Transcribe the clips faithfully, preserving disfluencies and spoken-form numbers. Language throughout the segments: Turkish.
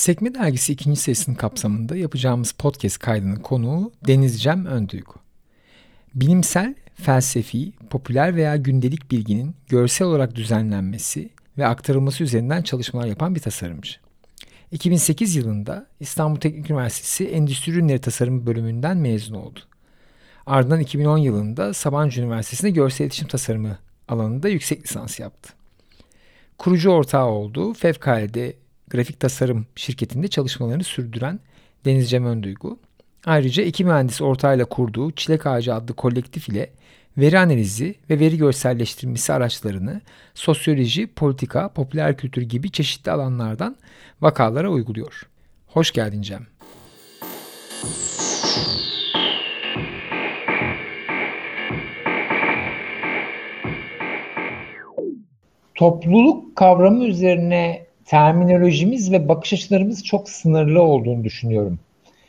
Sekme Dergisi ikinci sayısının kapsamında yapacağımız podcast kaydının konuğu Deniz Cem Önduygu. Bilimsel, felsefi, popüler veya gündelik bilginin görsel olarak düzenlenmesi ve aktarılması üzerinden çalışmalar yapan bir tasarımcı. iki bin sekiz yılında İstanbul Teknik Üniversitesi Endüstri Ürünleri Tasarımı bölümünden mezun oldu. Ardından iki bin on yılında Sabancı Üniversitesi'nde görsel iletişim tasarımı alanında yüksek lisans yaptı. Kurucu ortağı olduğu Fevkalade grafik tasarım şirketinde çalışmalarını sürdüren Deniz Cem Önduygu, ayrıca iki mühendis ortağıyla kurduğu Çilek Ağacı adlı kolektif ile veri analizi ve veri görselleştirmesi araçlarını sosyoloji, politika, popüler kültür gibi çeşitli alanlardan vakalara uyguluyor. Hoş geldin Cem. Topluluk kavramı üzerine terminolojimiz ve bakış açılarımız çok sınırlı olduğunu düşünüyorum.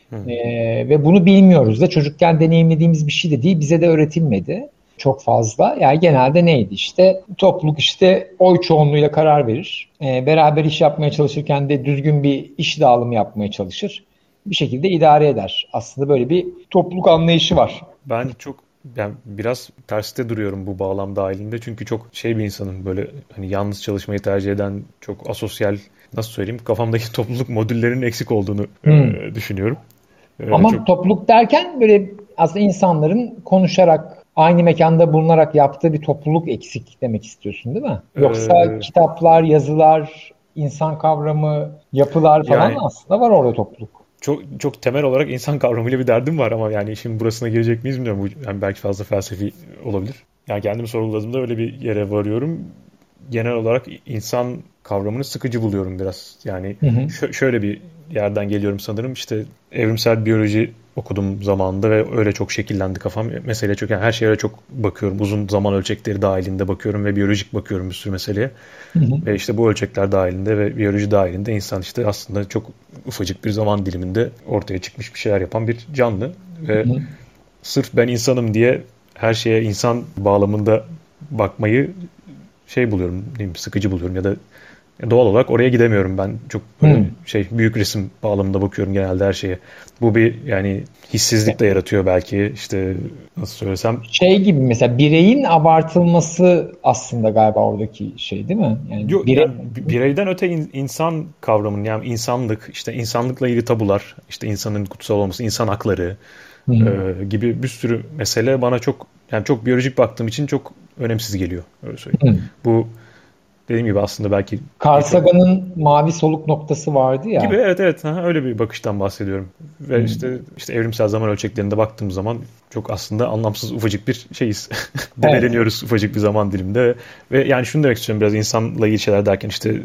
Ee, ve bunu bilmiyoruz da çocukken deneyimlediğimiz bir şey de değil, bize de öğretilmedi çok fazla. Yani genelde neydi işte topluluk işte oy çoğunluğuyla karar verir. Ee, beraber iş yapmaya çalışırken de düzgün bir iş dağılımı yapmaya çalışır. Bir şekilde idare eder. Aslında böyle bir topluluk anlayışı var. Ben çok yani biraz terste duruyorum bu bağlam dahilinde. Çünkü çok şey bir insanım, böyle hani yalnız çalışmayı tercih eden, çok asosyal, nasıl söyleyeyim, kafamdaki topluluk modüllerinin eksik olduğunu hmm. e, düşünüyorum. E, Ama çok... topluluk derken böyle aslında insanların konuşarak, aynı mekanda bulunarak yaptığı bir topluluk eksik demek istiyorsun değil mi? Yoksa ee... kitaplar, yazılar, insan kavramı, yapılar falan yani... aslında var orada topluluk. Çok çok temel olarak insan kavramıyla bir derdim var ama yani işin burasına girecek miyiz bilmiyorum. Bu yani belki fazla felsefi olabilir. Yani kendimi sorguladığımda öyle bir yere varıyorum. Genel olarak insan kavramını sıkıcı buluyorum biraz. Yani hı hı. Ş- şöyle bir yerden geliyorum sanırım. İşte evrimsel biyoloji okudum zamanında ve öyle çok şekillendi kafam. Mesele çok, yani her şeye öyle çok bakıyorum. Uzun zaman ölçekleri dahilinde bakıyorum ve biyolojik bakıyorum bir sürü meseleye. Hı hı. Ve işte bu ölçekler dahilinde ve biyoloji dahilinde insan işte aslında çok ufacık bir zaman diliminde ortaya çıkmış bir şeyler yapan bir canlı. Ve hı hı. sırf ben insanım diye her şeye insan bağlamında bakmayı şey buluyorum, değil mi, sıkıcı buluyorum ya da doğal olarak oraya gidemiyorum ben. Çok hmm. şey büyük resim bağlamında bakıyorum genelde her şeye. Bu bir yani hissizlik de yaratıyor belki. İşte nasıl söylesem. Şey gibi mesela bireyin abartılması aslında galiba oradaki şey değil mi? Yani Yok, birey... yani bireyden öte in, insan kavramının, yani insanlık, işte insanlıkla ilgili tabular, işte insanın kutsal olması, insan hakları hmm. e, gibi bir sürü mesele bana çok, yani çok biyolojik baktığım için çok önemsiz geliyor. Öyle söyleyeyim. Hmm. Bu dediğim gibi aslında belki... Carl Sagan'ın mavi soluk noktası vardı ya. Gibi, evet evet. Ha, öyle bir bakıştan bahsediyorum. Ve hmm. işte işte evrimsel zaman ölçeklerinde baktığım zaman çok aslında anlamsız ufacık bir şeyiz. Debeleniyoruz evet. ufacık bir zaman diliminde. Ve yani şunu demek istiyorum biraz insanla ilgili şeyler derken işte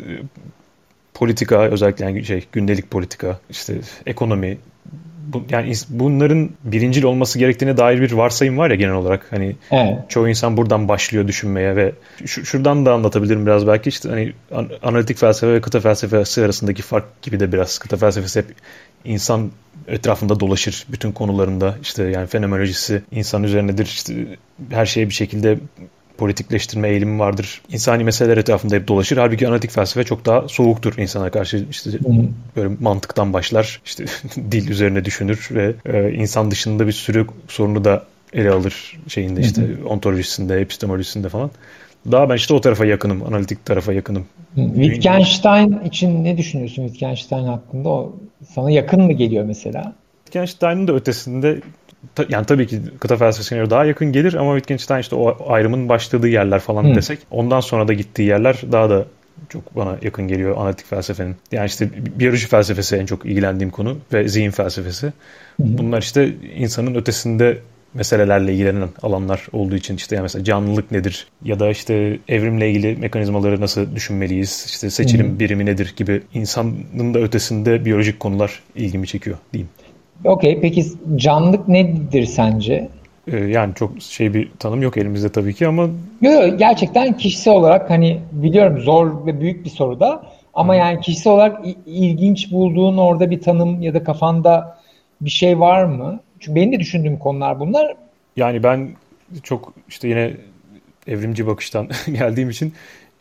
politika, özellikle yani şey gündelik politika, işte ekonomi, bu, yani bunların birincil olması gerektiğine dair bir varsayım var ya genel olarak. Hani evet. çoğu insan buradan başlıyor düşünmeye ve şu, şuradan da anlatabilirim biraz belki, işte hani analitik felsefe ve kıta felsefesi arasındaki fark gibi de biraz. Kıta felsefesi hep insan etrafında dolaşır bütün konularında, işte yani fenomenolojisi insan üzerinedir, işte her şeye bir şekilde politikleştirme eğilimi vardır. İnsani meseleler etrafında hep dolaşır. Halbuki analitik felsefe çok daha soğuktur insana karşı. İşte hmm. böyle mantıktan başlar. İşte dil üzerine düşünür ve e, insan dışında bir sürü sorunu da ele alır şeyinde, işte hmm. ontolojisinde, epistemolojisinde falan. Daha ben işte o tarafa yakınım. Analitik tarafa yakınım. Wittgenstein için ne düşünüyorsun Wittgenstein hakkında? O sana yakın mı geliyor mesela? Wittgenstein'in de ötesinde, yani tabii ki kıta felsefesine göre daha yakın gelir ama Wittgenstein işte o ayrımın başladığı yerler falan hmm. desek, ondan sonra da gittiği yerler daha da çok bana yakın geliyor analitik felsefenin. Yani işte biyoloji felsefesi en çok ilgilendiğim konu ve zihin felsefesi. Hmm. Bunlar işte insanın ötesinde meselelerle ilgilenen alanlar olduğu için, işte yani mesela canlılık nedir ya da işte evrimle ilgili mekanizmaları nasıl düşünmeliyiz, işte seçilim hmm. birimi nedir gibi insanın da ötesinde biyolojik konular ilgimi çekiyor diyeyim. Okey, peki canlılık nedir sence? Ee, yani çok şey bir tanım yok elimizde tabii ki ama... Yok, gerçekten kişisel olarak hani biliyorum zor ve büyük bir soru da ama hmm. yani kişisel olarak ilginç bulduğun orada bir tanım ya da kafanda bir şey var mı? Çünkü benim de düşündüğüm konular bunlar. Yani ben çok işte yine evrimci bakıştan geldiğim için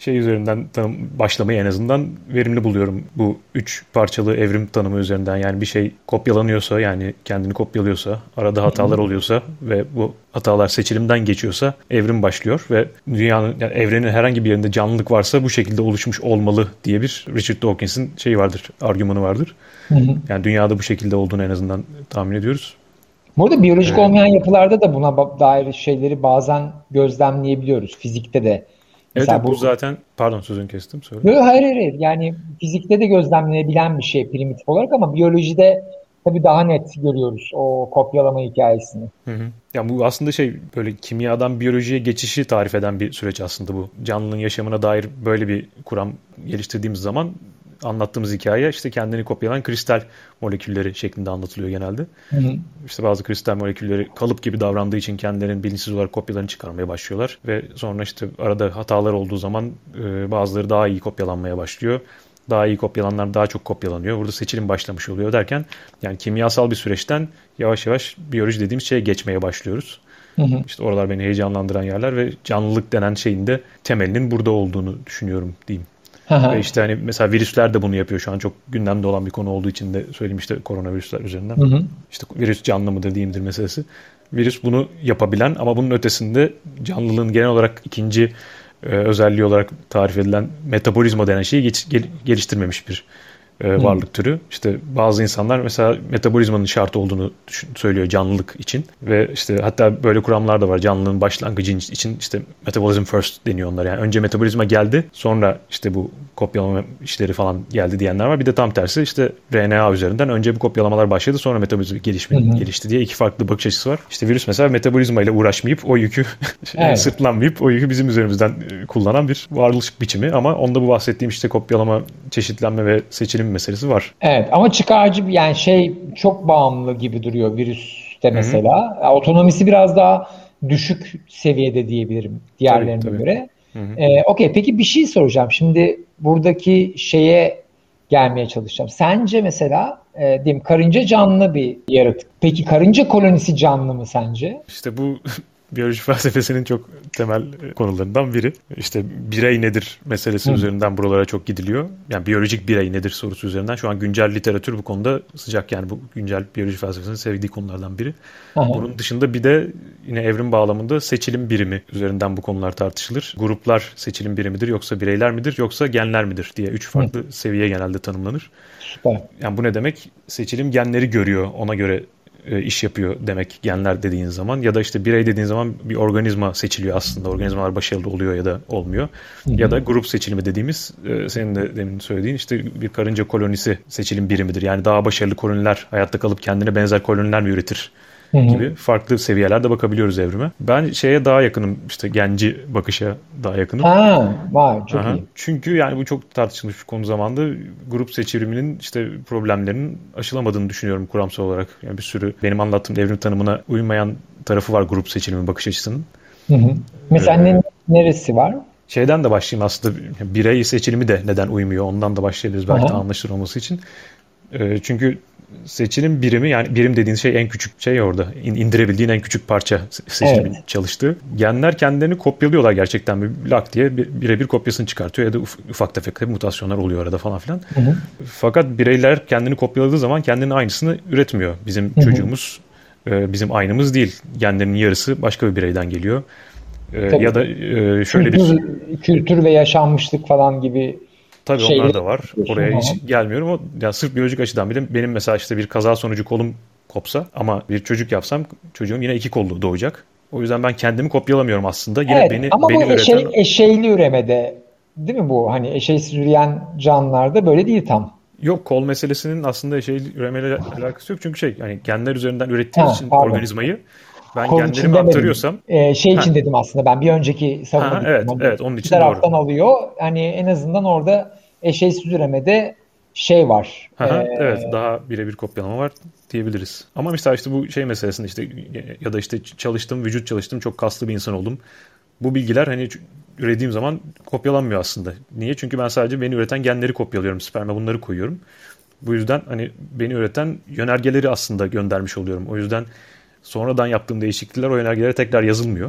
şey üzerinden tanım, başlamayı en azından verimli buluyorum. Bu üç parçalı evrim tanımı üzerinden, yani bir şey kopyalanıyorsa, yani kendini kopyalıyorsa, arada hatalar oluyorsa ve bu hatalar seçilimden geçiyorsa evrim başlıyor ve dünyanın, yani evrenin herhangi bir yerinde canlılık varsa bu şekilde oluşmuş olmalı diye bir Richard Dawkins'in şeyi vardır, argümanı vardır. Hı hı. Yani dünyada bu şekilde olduğunu en azından tahmin ediyoruz. Bu arada biyolojik evet. olmayan yapılarda da buna dair şeyleri bazen gözlemleyebiliyoruz. Fizikte de. Mesela evet, bu, bu zaten, pardon sözünü kestim. Söyle. Yok, hayır hayır. Yani fizikte de gözlemlenebilen bir şey primitif olarak, ama biyolojide tabii daha net görüyoruz o kopyalama hikayesini. Hı hı. Yani bu aslında şey, böyle kimyadan biyolojiye geçişi tarif eden bir süreç aslında bu. Canlının yaşamına dair böyle bir kuram geliştirdiğimiz zaman anlattığımız hikaye işte kendini kopyalayan kristal molekülleri şeklinde anlatılıyor genelde. Hı hı. İşte bazı kristal molekülleri kalıp gibi davrandığı için kendilerinin bilinçsiz olarak kopyalarını çıkarmaya başlıyorlar ve sonra işte arada hatalar olduğu zaman e, bazıları daha iyi kopyalanmaya başlıyor. Daha iyi kopyalananlar daha çok kopyalanıyor. Burada seçilim başlamış oluyor derken, yani kimyasal bir süreçten yavaş yavaş biyoloji dediğimiz şeye geçmeye başlıyoruz. Hı hı. İşte oralar beni heyecanlandıran yerler ve canlılık denen şeyin de temelinin burada olduğunu düşünüyorum diyeyim. Ve işte hani mesela virüsler de bunu yapıyor. Şu an çok gündemde olan bir konu olduğu için de söyleyeyim, işte koronavirüsler üzerinden. Hı hı. İşte virüs canlı mıdır değil midir meselesi. Virüs bunu yapabilen ama bunun ötesinde canlılığın genel olarak ikinci e, özelliği olarak tarif edilen metabolizma denen şeyi geç, gel, geliştirmemiş bir e, varlık hmm. türü. İşte bazı insanlar mesela metabolizmanın şart olduğunu düşün, söylüyor canlılık için ve işte hatta böyle kuramlar da var. Canlılığın başlangıcı için işte metabolism first deniyor onlar. Yani önce metabolizma geldi, sonra işte bu kopyalama işleri falan geldi diyenler var. Bir de tam tersi, işte R N A üzerinden önce bu kopyalamalar başladı, sonra metabolizma gelişme, hmm. gelişti diye iki farklı bakış açısı var. İşte virüs mesela metabolizma ile uğraşmayıp o yükü evet. sırtlanmayıp o yükü bizim üzerimizden kullanan bir varlık biçimi, ama onda bu bahsettiğim işte kopyalama, çeşitlenme ve seçilim meselesi var. Evet, ama çıkarcı, yani şey çok bağımlı gibi duruyor virüste mesela. Hı-hı. Otonomisi biraz daha düşük seviyede diyebilirim diğerlerine tabii, tabii. göre. Ee, Okey, peki bir şey soracağım. Şimdi buradaki şeye gelmeye çalışacağım. Sence mesela e, diyeyim karınca canlı bir yaratık. Peki karınca kolonisi canlı mı sence? İşte bu biyoloji felsefesinin çok temel konularından biri. İşte birey nedir meselesi Hı. üzerinden buralara çok gidiliyor. Yani biyolojik birey nedir sorusu üzerinden. Şu an güncel literatür bu konuda sıcak, yani bu güncel biyoloji felsefesinin sevdiği konulardan biri. Aha. Bunun dışında bir de yine evrim bağlamında seçilim birimi üzerinden bu konular tartışılır. Gruplar seçilim birimidir, yoksa bireyler midir, yoksa genler midir diye üç farklı Hı. seviye genelde tanımlanır. Süper. Yani bu ne demek? Seçilim genleri görüyor, ona göre iş yapıyor demek genler dediğin zaman, ya da işte birey dediğin zaman bir organizma seçiliyor aslında. Organizmalar başarılı oluyor ya da olmuyor. Hı hı. Ya da grup seçilimi dediğimiz, senin de demin söylediğin işte bir karınca kolonisi seçilim birimidir. Yani daha başarılı koloniler hayatta kalıp kendine benzer koloniler mi üretir gibi farklı seviyelerde bakabiliyoruz evrime. Ben şeye daha yakınım, işte genci bakışa daha yakınım. Ha, vay çok Aha. iyi. Çünkü yani bu çok tartışılmış bir konu zamanda. Grup seçiliminin işte problemlerinin aşılamadığını düşünüyorum kuramsal olarak. Yani bir sürü benim anlattığım evrim tanımına uymayan tarafı var grup seçilimi bakış açısının. Hı hı. Mesela ee, neresi var? Şeyden de başlayayım aslında, birey seçilimi de neden uymuyor, ondan da başlayabiliriz belki de anlaşılır olması için. Ee, çünkü seçilim birimi, yani birim dediğin şey en küçük şey, orada indirebildiğin en küçük parça seçilimin evet. çalıştığı. Genler kendilerini kopyalıyorlar gerçekten, bir lak diye birebir kopyasını çıkartıyor ya da uf, ufak tefek mutasyonlar oluyor arada falan filan. Hı hı. Fakat bireyler kendini kopyaladığı zaman kendinin aynısını üretmiyor. Bizim hı hı. çocuğumuz e, bizim aynımız değil. Genlerinin yarısı başka bir bireyden geliyor. E, ya da e, şöyle kültür, bir kültür ve yaşanmışlık falan gibi. Tabii şeyleri onlar da var. Oraya hiç gelmiyorum. O yani sırf biyolojik açıdan bile benim mesela işte bir kaza sonucu kolum kopsa ama bir çocuk yapsam çocuğum yine iki kollu doğacak. O yüzden ben kendimi kopyalamıyorum aslında. Yine evet, beni ama beni bu üreten... eşey, eşeyli üremede değil mi bu? Hani eşeysiz üreyen canlılarda böyle değil tam. Yok, kol meselesinin aslında eşeyli üremeyle alakası yok. Çünkü şey, yani genler üzerinden ürettiğimiz ha, için pardon. organizmayı ben kol genlerimi aktarıyorsam ee, şey için ha. dedim aslında ben bir önceki savunma evet yani evet onun için taraftan doğru. alıyor. Hani en azından orada eşeysiz üremede şey var. Aha, ee... evet, daha birebir kopyalama var diyebiliriz. Ama mesela işte bu şey meselesinde işte ya da işte çalıştım, vücut çalıştım, çok kaslı bir insan oldum. Bu bilgiler hani ürediğim zaman kopyalanmıyor aslında. Niye? Çünkü ben sadece beni üreten genleri kopyalıyorum. Sperme bunları koyuyorum. Bu yüzden hani beni üreten yönergeleri aslında göndermiş oluyorum. O yüzden sonradan yaptığım değişiklikler o yönergelere tekrar yazılmıyor.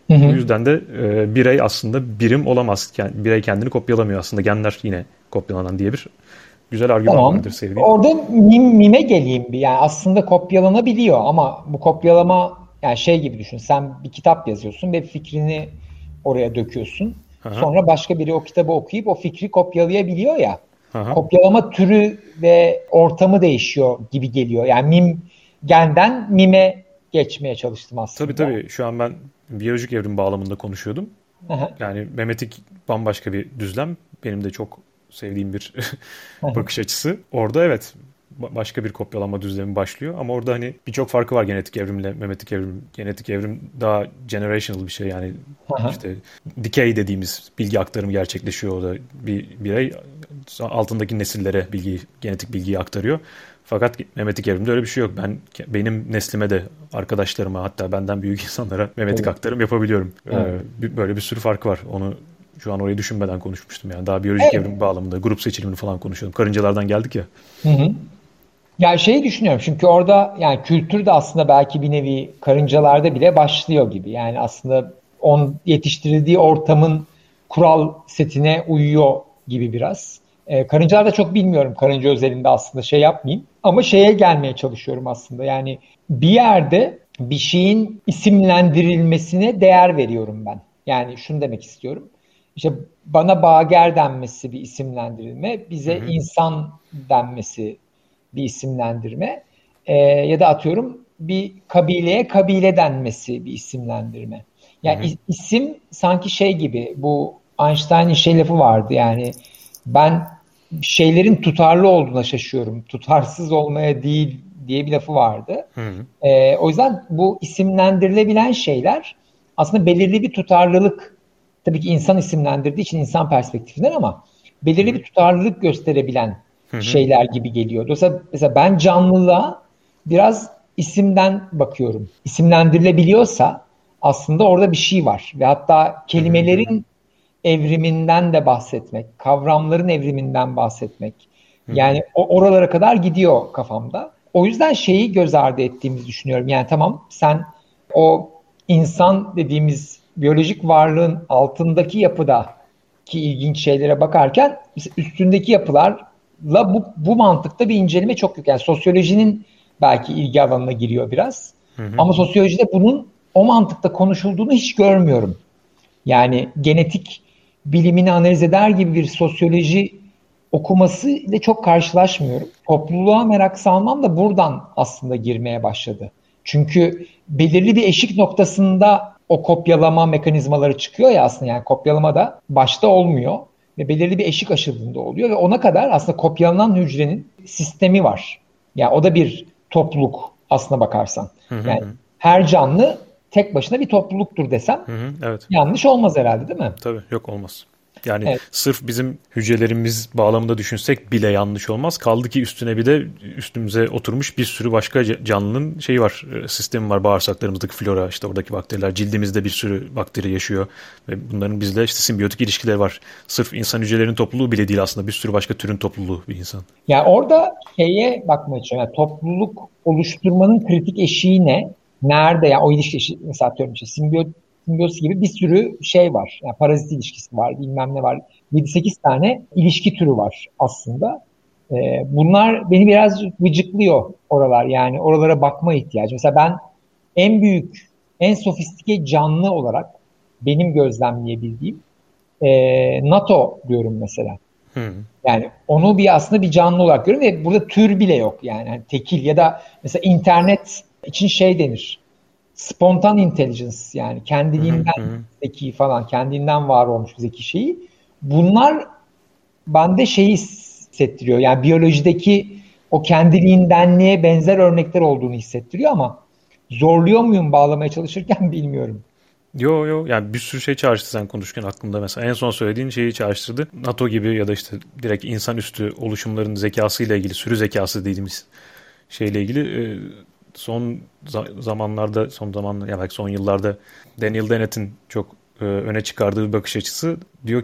Hı hı. Bu yüzden de e, birey aslında birim olamaz. Yani birey kendini kopyalamıyor aslında. Genler yine kopyalanan diye bir güzel argüman tamam. vardır sevdiğim. Orada mim, mime geleyim bir. Yani aslında kopyalanabiliyor ama bu kopyalama yani şey gibi düşün. Sen bir kitap yazıyorsun ve fikrini oraya döküyorsun. Aha. Sonra başka biri o kitabı okuyup o fikri kopyalayabiliyor ya. Aha. Kopyalama türü ve ortamı değişiyor gibi geliyor. Yani mim genden mime geçmeye çalıştım aslında. Tabii tabii. Şu an ben biyolojik evrim bağlamında konuşuyordum. Aha. Yani memetik bambaşka bir düzlem. Benim de çok sevdiğim bir bakış açısı. Orada evet başka bir kopyalama düzlemi başlıyor. Ama orada hani birçok farkı var genetik evrimle memetik evrim. Genetik evrim daha generational bir şey. Yani Aha. işte decay dediğimiz bilgi aktarımı gerçekleşiyor. O da bir birey altındaki nesillere bilgiyi, genetik bilgiyi aktarıyor. Fakat memetik evrimde öyle bir şey yok. Ben benim neslime de arkadaşlarıma hatta benden büyük insanlara memetik evet. aktarım yapabiliyorum. Evet. Ee, böyle bir sürü farkı var. Onu şu an orayı düşünmeden konuşmuştum yani. Daha biyolojik evet. evrim bağlamında grup seçilimini falan konuşuyordum. Karıncalardan geldik ya. Hı hı. Yani şeyi düşünüyorum çünkü orada yani kültür de aslında belki bir nevi karıncalarda bile başlıyor gibi. Yani aslında on yetiştirildiği ortamın kural setine uyuyor gibi biraz. Ee, karıncalarda çok bilmiyorum karınca özelinde aslında şey yapmayayım. Ama şeye gelmeye çalışıyorum aslında. Yani bir yerde bir şeyin isimlendirilmesine değer veriyorum ben. Yani şunu demek istiyorum. İşte bana Bager denmesi bir isimlendirilme, bize hı hı. insan denmesi bir isimlendirme ee, ya da atıyorum bir kabileye kabile denmesi bir isimlendirme. Yani hı hı. isim sanki şey gibi bu Einstein'ın şey lafı vardı yani ben şeylerin tutarlı olduğuna şaşıyorum. Tutarsız olmaya değil diye bir lafı vardı. Hı hı. Ee, o yüzden bu isimlendirilebilen şeyler aslında belirli bir tutarlılık tabii ki insan isimlendirdiği için insan perspektifinden ama belirli hı hı. bir tutarlılık gösterebilen hı hı. şeyler gibi geliyor. Dolayısıyla mesela ben canlılığa biraz isimden bakıyorum. İsimlendirilebiliyorsa aslında orada bir şey var ve hatta kelimelerin hı hı. evriminden de bahsetmek, kavramların evriminden bahsetmek. Yani hı hı. o oralara kadar gidiyor kafamda. O yüzden şeyi göz ardı ettiğimizi düşünüyorum. Yani tamam sen o insan dediğimiz biyolojik varlığın altındaki yapıdaki ilginç şeylere bakarken üstündeki yapılarla bu, bu mantıkta bir inceleme çok yok. Yani sosyolojinin belki ilgi alanına giriyor biraz. Hı hı. Ama sosyolojide bunun o mantıkta konuşulduğunu hiç görmüyorum. Yani genetik bilimini analiz eder gibi bir sosyoloji okuması ile çok karşılaşmıyorum. Topluluğa merak salmam da buradan aslında girmeye başladı. Çünkü belirli bir eşik noktasında o kopyalama mekanizmaları çıkıyor ya aslında yani kopyalama da başta olmuyor ve belirli bir eşik aşıldığında oluyor ve ona kadar aslında kopyalanan hücrenin sistemi var. Yani o da bir topluluk aslına bakarsan. Hı hı. Yani her canlı tek başına bir topluluktur desem hı hı, evet. yanlış olmaz herhalde değil mi? Tabii yok olmaz. Yani evet. Sırf bizim hücrelerimiz bağlamında düşünsek bile yanlış olmaz. Kaldı ki üstüne bir de üstümüze oturmuş bir sürü başka canlının şeyi var, sistemi var. Bağırsaklarımızdaki flora, işte oradaki bakteriler, cildimizde bir sürü bakteri yaşıyor. Ve bunların bizle işte simbiyotik ilişkileri var. Sırf insan hücrelerinin topluluğu bile değil aslında. Bir sürü başka türün topluluğu bir insan. Yani orada şeye bakmaya çalışıyorum. Yani topluluk oluşturmanın kritik eşiği ne? Nerede? Yani o ilişki mesela atıyorum işte simbiyotik simbiyoz gibi bir sürü şey var. Yani parazit ilişkisi var, bilmem ne var. yedi sekiz tane ilişki türü var aslında. Ee, bunlar beni biraz gıcıklıyor oralar. Yani oralara bakma ihtiyacı. Mesela ben en büyük, en sofistike canlı olarak benim gözlemleyebildiğim e, NATO diyorum mesela. Hmm. Yani onu bir aslında bir canlı olarak görüyorum ve burada tür bile yok. Yani, yani tekil ya da mesela internet için şey denir. Spontan intelligence yani kendiliğinden hı hı. zeki falan, kendinden var olmuş bir zeki şeyi. Bunlar bende şeyi hissettiriyor. Yani biyolojideki o kendiliğindenliğe benzer örnekler olduğunu hissettiriyor ama zorluyor muyum bağlamaya çalışırken bilmiyorum. Yo yo yani bir sürü şey çağrıştı sen konuşurken aklımda mesela. En son söylediğin şeyi çağrıştırdı. NATO gibi ya da işte direkt insanüstü oluşumların zekasıyla ilgili, sürü zekası dediğimiz şeyle ilgili son zamanlarda, son zaman ya belki son yıllarda Daniel Dennett'in çok öne çıkardığı bir bakış açısı diyor ki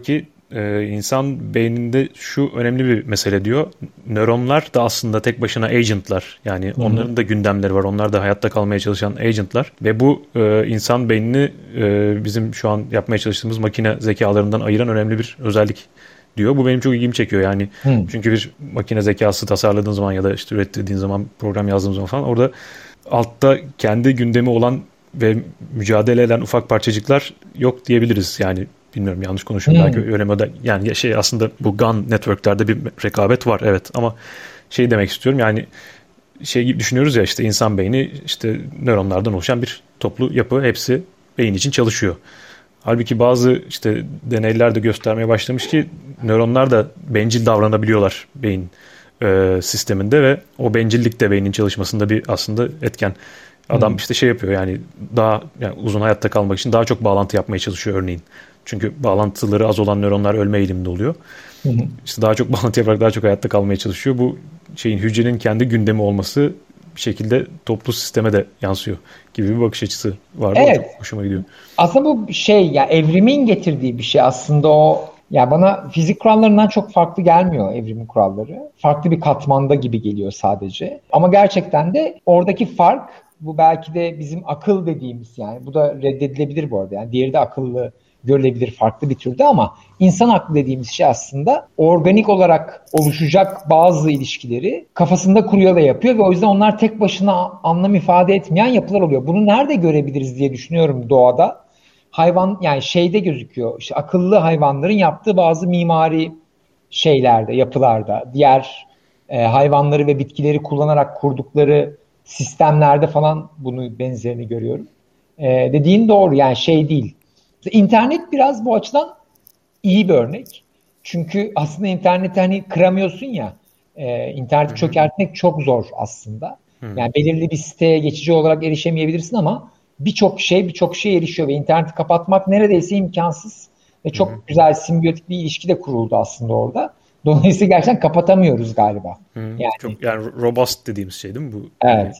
e, insan beyninde şu önemli bir mesele diyor. Nöronlar da aslında tek başına agentlar. Yani Hı-hı. onların da gündemleri var. Onlar da hayatta kalmaya çalışan agentlar. Ve bu e, insan beynini e, bizim şu an yapmaya çalıştığımız makine zekalarından ayıran önemli bir özellik diyor. Bu benim çok ilgimi çekiyor yani. Hı. Çünkü bir makine zekası tasarladığın zaman ya da işte ürettirdiğin zaman, program yazdığın zaman falan orada altta kendi gündemi olan ve mücadele eden ufak parçacıklar yok diyebiliriz. Yani bilmiyorum, yanlış konuşuyorum. Hmm. Belki öyle model, yani şey aslında bu gun networklerde bir rekabet var, evet, ama şey demek istiyorum, yani şey gibi düşünüyoruz ya, işte insan beyni işte nöronlardan oluşan bir toplu yapı, hepsi beyin için çalışıyor. Halbuki bazı işte deneyler de göstermeye başlamış ki nöronlar da bencil davranabiliyorlar beyin e, sisteminde ve o bencillik de beynin çalışmasında bir aslında etken. Adam hmm. işte şey yapıyor, yani daha yani uzun hayatta kalmak için daha çok bağlantı yapmaya çalışıyor örneğin. Çünkü bağlantıları az olan nöronlar ölme eğiliminde oluyor. Hı hı. İşte daha çok bağlantı yaparak daha çok hayatta kalmaya çalışıyor. Bu şeyin, hücrenin kendi gündemi olması bir şekilde toplu sisteme de yansıyor gibi bir bakış açısı vardı. Evet. O çok hoşuma gidiyor. Aslında bu şey ya, evrimin getirdiği bir şey aslında o. Ya bana fizik kurallarından çok farklı gelmiyor evrimin kuralları. Farklı bir katmanda gibi geliyor sadece. Ama gerçekten de oradaki fark, bu belki de bizim akıl dediğimiz, yani bu da reddedilebilir bu arada. Yani diğeri de akıllı görülebilir farklı bir türde, ama insan aklı dediğimiz şey aslında organik olarak oluşacak bazı ilişkileri kafasında kuruyor ve yapıyor ve o yüzden onlar tek başına anlam ifade etmeyen yapılar oluyor. Bunu nerede görebiliriz diye düşünüyorum doğada. Hayvan, yani şeyde gözüküyor. İşte akıllı hayvanların yaptığı bazı mimari şeylerde, yapılarda, diğer e, hayvanları ve bitkileri kullanarak kurdukları sistemlerde falan bunu benzerini görüyorum. E, dediğin doğru, yani şey değil. İnternet biraz bu açıdan iyi bir örnek. Çünkü aslında interneti hani kıramıyorsun ya. E, interneti çökertmek çok zor aslında. Hı-hı. Yani belirli bir siteye geçici olarak erişemeyebilirsin ama birçok şey birçok şeye erişiyor ve interneti kapatmak neredeyse imkansız. Ve çok Hı-hı. güzel simbiyotik bir ilişki de kuruldu aslında orada. Dolayısıyla gerçekten kapatamıyoruz galiba. Yani, çok, yani robust dediğimiz şey değil mi bu? Evet. Yani...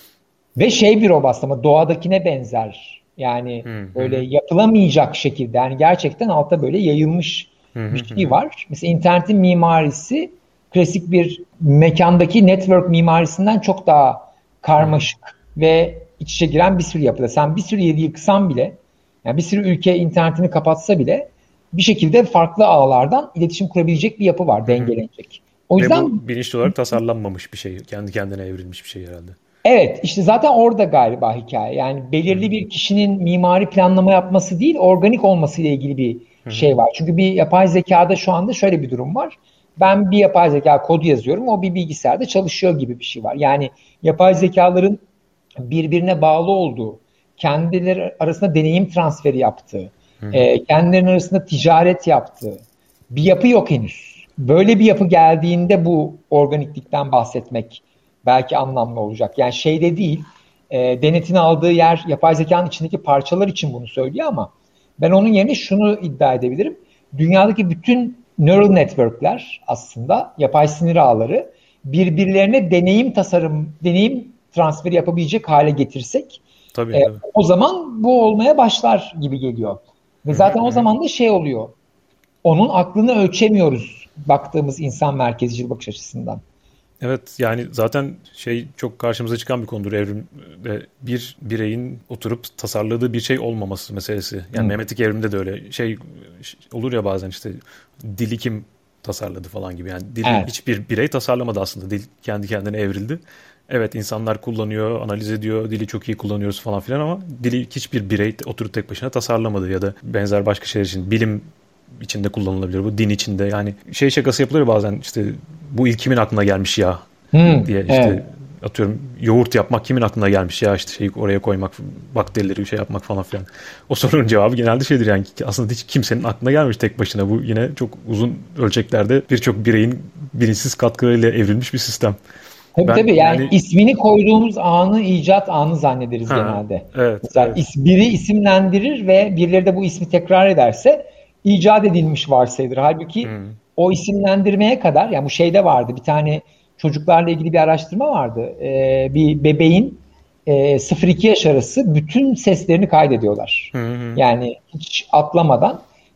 Ve şey bir robust ama doğadakine benzer. Yani Hı-hı. böyle yapılamayacak şekilde, yani gerçekten altta böyle yayılmış Hı-hı. bir şey var. Mesela internetin mimarisi klasik bir mekandaki network mimarisinden çok daha karmaşık Hı-hı. ve iç içe giren bir sürü yapıda. Sen bir sürü yeri yıksan bile, yani bir sürü ülke internetini kapatsa bile bir şekilde farklı ağlardan iletişim kurabilecek bir yapı var, Hı-hı. dengelenecek. O yüzden ve bu bilinçli olarak tasarlanmamış bir şey, kendi kendine evrilmiş bir şey herhalde. Evet, işte zaten orada galiba hikaye. Yani belirli bir kişinin mimari planlama yapması değil, organik olması ile ilgili bir şey var. Çünkü bir yapay zekada şu anda şöyle bir durum var. Ben bir yapay zeka kodu yazıyorum, o bir bilgisayarda çalışıyor gibi bir şey var. Yani yapay zekaların birbirine bağlı olduğu, kendileri arasında deneyim transferi yaptığı, e, kendilerinin arasında ticaret yaptığı bir yapı yok henüz. Böyle bir yapı geldiğinde bu organiklikten bahsetmek belki anlamlı olacak. Yani şeyde değil, e, denetin aldığı yer yapay zekanın içindeki parçalar için bunu söylüyor ama ben onun yerine şunu iddia edebilirim. Dünyadaki bütün neural network'ler aslında yapay sinir ağları birbirlerine deneyim tasarım, deneyim transferi yapabilecek hale getirsek tabii, e, tabii. o zaman bu olmaya başlar gibi geliyor. Ve zaten o zaman da şey oluyor. Onun aklını ölçemiyoruz baktığımız insan merkezcil bakış açısından. Evet, yani zaten şey çok karşımıza çıkan bir konudur evrimde, bir bireyin oturup tasarladığı bir şey olmaması meselesi. Yani hmm. Mehmetlik evrimde de öyle şey olur ya bazen, işte dili kim tasarladı falan gibi. Yani dili evet. hiçbir birey tasarlamadı aslında. Dil kendi kendine evrildi. Evet, insanlar kullanıyor, analiz ediyor, dili çok iyi kullanıyoruz falan filan ama dili hiçbir birey oturup tek başına tasarlamadı ya da benzer başka şeyler için. Bilim içinde kullanılabilir, bu din içinde, yani şey şakası yapılır bazen, işte bu ilk kimin aklına gelmiş ya hmm, diye, işte evet. atıyorum yoğurt yapmak kimin aklına gelmiş ya, işte şeyi oraya koymak, bakterileri bir şey yapmak falan filan. O sorunun cevabı genelde şeydir, yani aslında hiç kimsenin aklına gelmiş tek başına, bu yine çok uzun ölçeklerde birçok bireyin bilinçsiz katkılarıyla evrilmiş bir sistem. Tabii ben, tabii yani, yani ismini koyduğumuz anı icat anı zannederiz ha, genelde. Evet, Mesela evet. biri isimlendirir ve birileri de bu ismi tekrar ederse icat edilmiş varsayılır. Halbuki hmm. o isimlendirmeye kadar, yani bu şeyde vardı, bir tane çocuklarla ilgili bir araştırma vardı. Ee, bir bebeğin e, sıfır iki yaş arası bütün seslerini kaydediyorlar. Hmm. Yani hiç atlamadan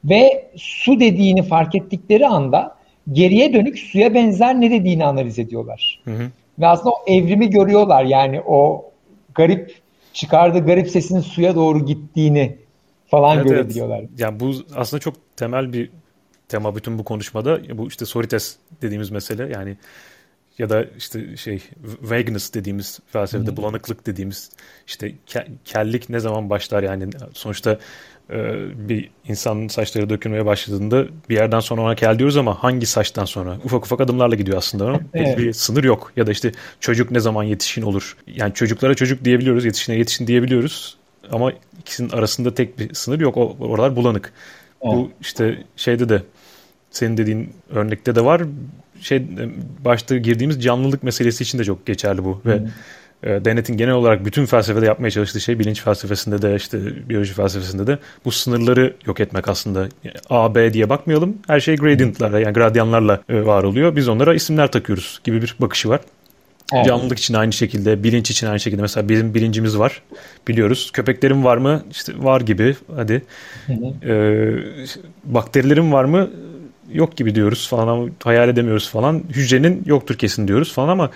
Ve su dediğini fark ettikleri anda geriye dönük suya benzer ne dediğini analiz ediyorlar. Hı hı. Ve aslında o evrimi görüyorlar. Yani o garip çıkardığı garip sesinin suya doğru gittiğini falan evet, görebiliyorlar. Evet. Yani bu aslında çok temel bir tema bütün bu konuşmada. Bu işte sorites dediğimiz mesele, yani ya da işte şey vagueness dediğimiz felsefede, hmm. bulanıklık dediğimiz işte ke- kellik ne zaman başlar, yani sonuçta e, bir insanın saçları dökülmeye başladığında bir yerden sonra ona kel diyoruz ama hangi saçtan sonra? Ufak ufak adımlarla gidiyor aslında. Evet. Bir sınır yok. Ya da işte çocuk ne zaman yetişkin olur? Yani çocuklara çocuk diyebiliyoruz, yetişkine yetişkin diyebiliyoruz ama ikisinin arasında tek bir sınır yok. O, oralar bulanık. Evet. Bu işte şeyde de senin dediğin örnekte de var. Şey, başta girdiğimiz canlılık meselesi için de çok geçerli bu. Hmm. Ve e, Dennett'in genel olarak bütün felsefede yapmaya çalıştığı şey, bilinç felsefesinde de işte biyoloji felsefesinde de bu sınırları yok etmek aslında. A, B diye bakmayalım. Her şey gradient'larla, yani gradyanlarla e, var oluyor. Biz onlara isimler takıyoruz gibi bir bakışı var. Evet. Canlılık için aynı şekilde, bilinç için aynı şekilde. Mesela bizim bilincimiz var, biliyoruz. Köpeklerim var mı? İşte var gibi. Hadi. Hı hı. E, bakterilerim var mı? Yok gibi diyoruz falan ama hayal edemiyoruz falan. Hücrenin yoktur kesin diyoruz falan ama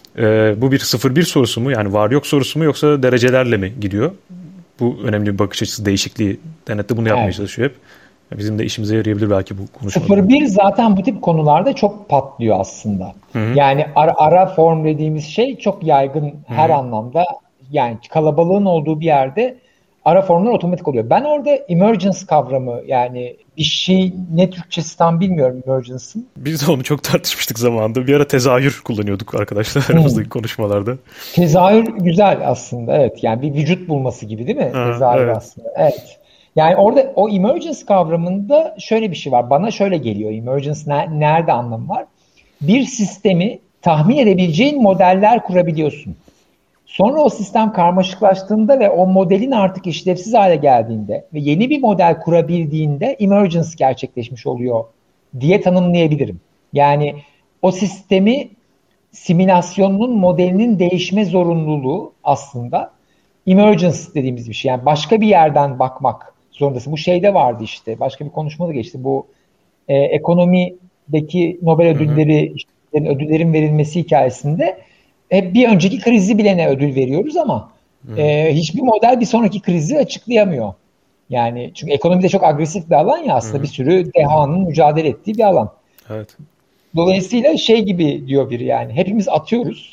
e, bu bir sıfır bir sorusu mu? Yani var yok sorusu mu, yoksa derecelerle mi gidiyor? Bu önemli bir bakış açısı değişikliği. Denette bunu yapmaya evet. çalışıyor hep. Bizim de işimize yarayabilir belki bu konuşmada. sıfır bir zaten bu tip konularda çok patlıyor aslında. Hı-hı. Yani ara, ara form dediğimiz şey çok yaygın her Hı-hı. anlamda. Yani kalabalığın olduğu bir yerde ara formlar otomatik oluyor. Ben orada emergence kavramı, yani bir şey, ne Türkçesi tam bilmiyorum emergence'ın. Biz de onu çok tartışmıştık zamanında. Bir ara tezahür kullanıyorduk arkadaşlar aramızdaki hmm. konuşmalarda. Tezahür güzel aslında, evet. Yani bir vücut bulması gibi değil mi? Ha, tezahür evet. aslında. Evet. Yani orada o emergence kavramında şöyle bir şey var. Bana şöyle geliyor. Emergence ne, nerede anlamı var? Bir sistemi tahmin edebileceğin modeller kurabiliyorsun. Sonra o sistem karmaşıklaştığında ve o modelin artık işlevsiz hale geldiğinde ve yeni bir model kurabildiğinde emergence gerçekleşmiş oluyor diye tanımlayabilirim. Yani o sistemi simülasyonunun modelinin değişme zorunluluğu aslında emergence dediğimiz bir şey. Yani başka bir yerden bakmak zorundasın. Bu şeyde vardı işte. Başka bir konuşmada geçti. Bu e, ekonomideki Nobel ödülleri, işte, ödüllerin verilmesi hikayesinde hep bir önceki krizi bilene ödül veriyoruz ama e, hiçbir model bir sonraki krizi açıklayamıyor. Yani çünkü ekonomide çok agresif bir alan ya aslında, Hı-hı. bir sürü dehanın mücadele ettiği bir alan. Evet. Dolayısıyla şey gibi diyor biri, yani hepimiz atıyoruz.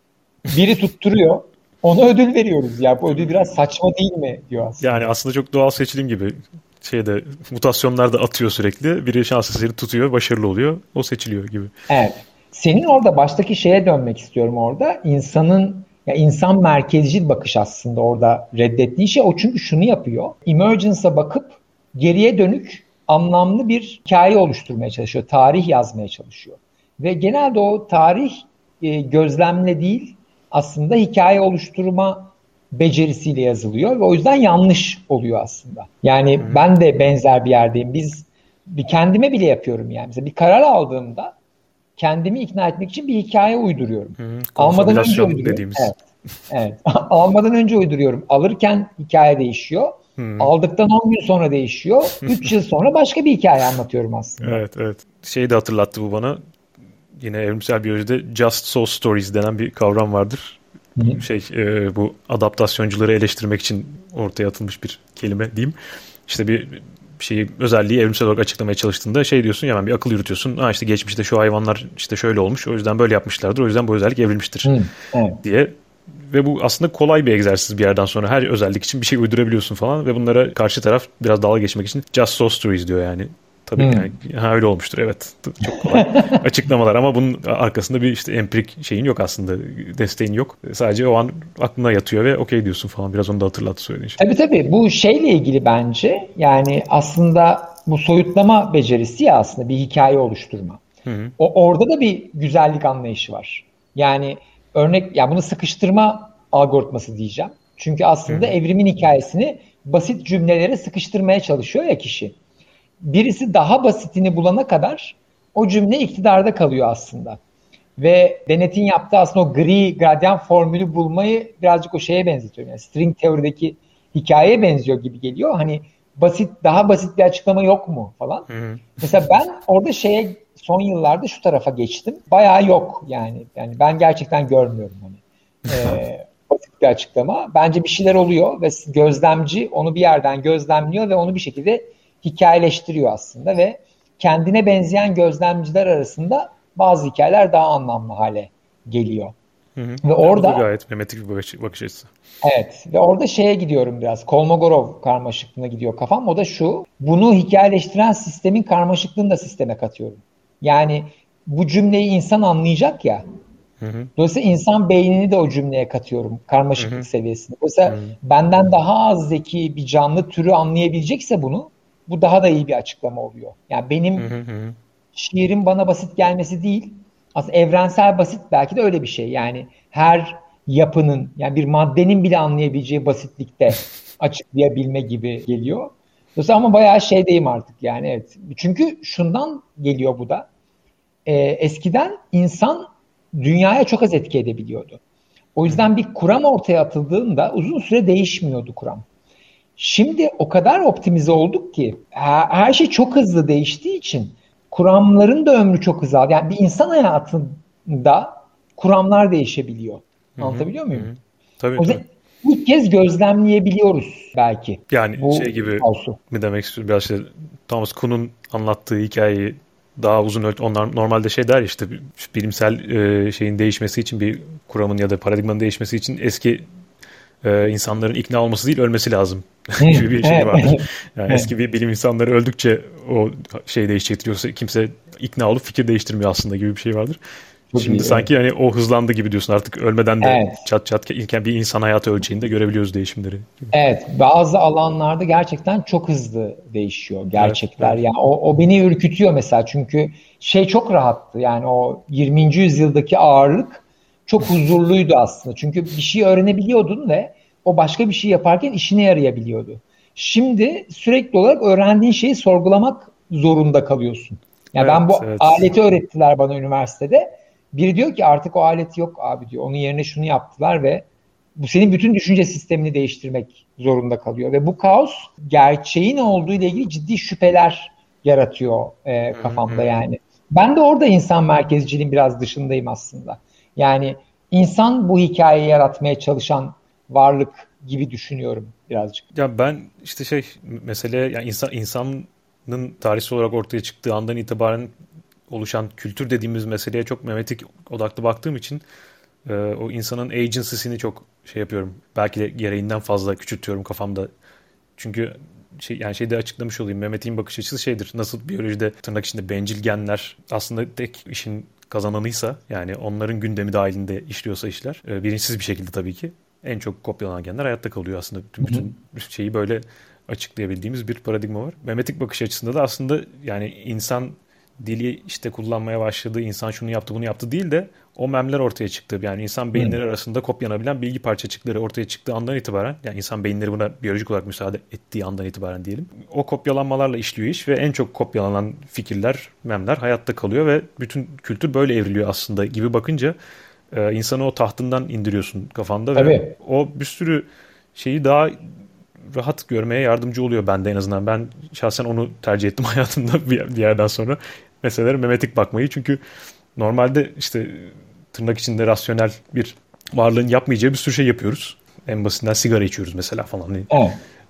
Biri tutturuyor. Ona ödül veriyoruz. Ya bu ödül biraz saçma değil mi diyor aslında. Yani aslında çok doğal seçilim gibi. Şeyde mutasyonlar da atıyor sürekli. Biri şans eseri tutuyor, başarılı oluyor. O seçiliyor gibi. Evet. Senin orada baştaki şeye dönmek istiyorum orada. İnsanın, ya insan merkezcil bakış aslında orada reddettiği şey o, çünkü şunu yapıyor. Emergence'a bakıp geriye dönük anlamlı bir hikaye oluşturmaya çalışıyor. Tarih yazmaya çalışıyor. Ve genelde o tarih e, gözlemle değil, aslında hikaye oluşturma becerisiyle yazılıyor ve o yüzden yanlış oluyor aslında. Yani Hı-hı. ben de benzer bir yerdeyim. Biz bir kendime bile yapıyorum yani. Mesela bir karar aldığımda kendimi ikna etmek için bir hikaye uyduruyorum. Hı-hı. Almadan önce uyduruyorum. Dediğimiz. Evet. Evet. Almadan önce uyduruyorum. Alırken hikaye değişiyor. Hı-hı. Aldıktan on gün sonra değişiyor. üç yıl sonra başka bir hikaye anlatıyorum aslında. Evet, evet. Şeyi de hatırlattı bu bana. Yine evrimsel biyolojide just so stories denen bir kavram vardır. Hı-hı. Şey e, bu adaptasyoncuları eleştirmek için ortaya atılmış bir kelime diyeyim. İşte bir şeyi, özelliği evrimsel olarak açıklamaya çalıştığında şey diyorsun ya, ben bir akıl yürütüyorsun. Ha işte geçmişte şu hayvanlar işte şöyle olmuş, o yüzden böyle yapmışlardır, o yüzden bu özellik evrilmiştir Hı, evet. diye. Ve bu aslında kolay bir egzersiz bir yerden sonra. Her özellik için bir şey uydurabiliyorsun falan ve bunlara karşı taraf biraz dalga geçmek için just so stories diyor yani. Tabii hmm. yani ha, öyle olmuştur, evet, çok kolay açıklamalar ama bunun arkasında bir işte empirik şeyin yok aslında, desteğin yok, sadece o an aklına yatıyor ve okey diyorsun falan. Biraz onu da hatırlattı söylediğin şey. Tabii tabii, bu şeyle ilgili bence, yani aslında bu soyutlama becerisi ya, aslında bir hikaye oluşturma. Hı hı. O orada da bir güzellik anlayışı var. Yani örnek, ya bunu sıkıştırma algoritması diyeceğim. Çünkü aslında hı hı. evrimin hikayesini basit cümlelere sıkıştırmaya çalışıyor ya kişi. Birisi daha basitini bulana kadar o cümle iktidarda kalıyor aslında. Ve Dennett'in yaptığı aslında o gri gradyan formülü bulmayı birazcık o şeye benzetiyorum. Yani string teorideki hikayeye benziyor gibi geliyor. Hani basit, daha basit bir açıklama yok mu falan. Hı hı. Mesela ben orada şeye son yıllarda şu tarafa geçtim. Bayağı yok yani. Yani ben gerçekten görmüyorum hani. Ee, basit bir açıklama. Bence bir şeyler oluyor ve gözlemci onu bir yerden gözlemliyor ve onu bir şekilde hikayeleştiriyor aslında ve kendine benzeyen gözlemciler arasında bazı hikayeler daha anlamlı hale geliyor. Hı hı. Ve orada gayet memetik bir bakış, bakış açısı. evet ve orada şeye gidiyorum biraz. Kolmogorov karmaşıklığına gidiyor kafam. O da şu. Bunu hikayeleştiren sistemin karmaşıklığını da sisteme katıyorum. Yani bu cümleyi insan anlayacak ya. Hı hı. Dolayısıyla insan beynini de o cümleye katıyorum karmaşıklık Hı hı. seviyesinde. Dolayısıyla Hı hı. benden daha az zeki bir canlı türü anlayabilecekse bunu, bu daha da iyi bir açıklama oluyor. Yani benim Hı hı hı. şiirin bana basit gelmesi değil, aslında evrensel basit belki de öyle bir şey. Yani her yapının, yani bir maddenin bile anlayabileceği basitlikte açıklayabilme gibi geliyor. Dolayısıyla ama bayağı şeydeyim artık yani evet. Çünkü şundan geliyor bu da. Ee, eskiden insan dünyaya çok az etki edebiliyordu. O yüzden bir kuram ortaya atıldığında uzun süre değişmiyordu kuram. Şimdi o kadar optimize olduk ki her, her şey çok hızlı değiştiği için kuramların da ömrü çok azaldı. Yani bir insan hayatında kuramlar değişebiliyor. Hı hı. Anlatabiliyor muyum? Hı hı. Tabii O tabii. yüzden ilk kez gözlemleyebiliyoruz belki Yani bu şey gibi kaosu. mi demek istiyorum? Biraz işte Thomas Kuhn'un anlattığı hikayeyi daha uzun ölçü, onlar normalde şey der ya işte bilimsel e, şeyin değişmesi için bir kuramın ya da paradigmanın değişmesi için eski e, insanların ikna olması değil ölmesi lazım gibi bir şey vardır. Yani eski bir bilim insanları öldükçe o şey değişecektir. Yoksa kimse ikna olup fikir değiştirmiyor aslında gibi bir şey vardır. Çok Şimdi iyi, sanki hani o hızlandı gibi diyorsun. Artık ölmeden de evet. çat çat ilken bir insan hayatı ölçeğinde görebiliyoruz değişimleri. Evet, bazı alanlarda gerçekten çok hızlı değişiyor Evet, gerçekler. evet. Yani o, o beni ürkütüyor mesela çünkü şey çok rahattı. Yani o yirminci yüzyıldaki ağırlık çok huzurluydu aslında. Çünkü bir şey öğrenebiliyordun ve o başka bir şey yaparken işine yarayabiliyordu. Şimdi sürekli olarak öğrendiğin şeyi sorgulamak zorunda kalıyorsun. Yani ben bu Evet, evet. aleti öğrettiler bana üniversitede. Biri diyor ki artık o alet yok abi diyor. Onun yerine şunu yaptılar ve bu senin bütün düşünce sistemini değiştirmek zorunda kalıyor. Ve bu kaos gerçeğin olduğu ile ilgili ciddi şüpheler yaratıyor e, Hı hı kafamda hı. yani. Ben de orada insan merkezciliğin biraz dışındayım aslında. Yani insan bu hikayeyi yaratmaya çalışan varlık gibi düşünüyorum birazcık. Ya ben işte şey mesele yani insan insanın tarihsel olarak ortaya çıktığı andan itibaren oluşan kültür dediğimiz meseleye çok memetik odaklı baktığım için e, o insanın agency'sini çok şey yapıyorum. Belki de gereğinden fazla küçültüyorum kafamda. Çünkü şey yani şeyde açıklamış olayım. Mehmet'in bakış açısı şeydir. Nasıl biyolojide tırnak içinde bencil genler aslında tek işin kazananıysa yani onların gündemi dahilinde işliyorsa işler. E, bilinçsiz bir şekilde tabii ki. En çok kopyalanan genler hayatta kalıyor aslında. Bütün, bütün şeyi böyle açıklayabildiğimiz bir paradigma var. Memetik bakış açısında da aslında yani insan dili işte kullanmaya başladı, insan şunu yaptı bunu yaptı değil de o memler ortaya çıktı. Yani insan beyinleri hmm. arasında kopyanabilen bilgi parçacıkları ortaya çıktığı andan itibaren yani insan beyinleri buna biyolojik olarak müsaade ettiği andan itibaren diyelim. O kopyalanmalarla işliyor iş ve en çok kopyalanan fikirler, memler hayatta kalıyor ve bütün kültür böyle evriliyor aslında gibi bakınca e, insanı o tahtından indiriyorsun kafanda Tabii. ve o bir sürü şeyi daha rahat görmeye yardımcı oluyor bende en azından. Ben şahsen onu tercih ettim hayatımda bir yerden sonra. Meselelere memetik bakmayı. Çünkü normalde işte tırnak içinde rasyonel bir varlığın yapmayacağı bir sürü şey yapıyoruz. En basitinden sigara içiyoruz mesela falan. Evet.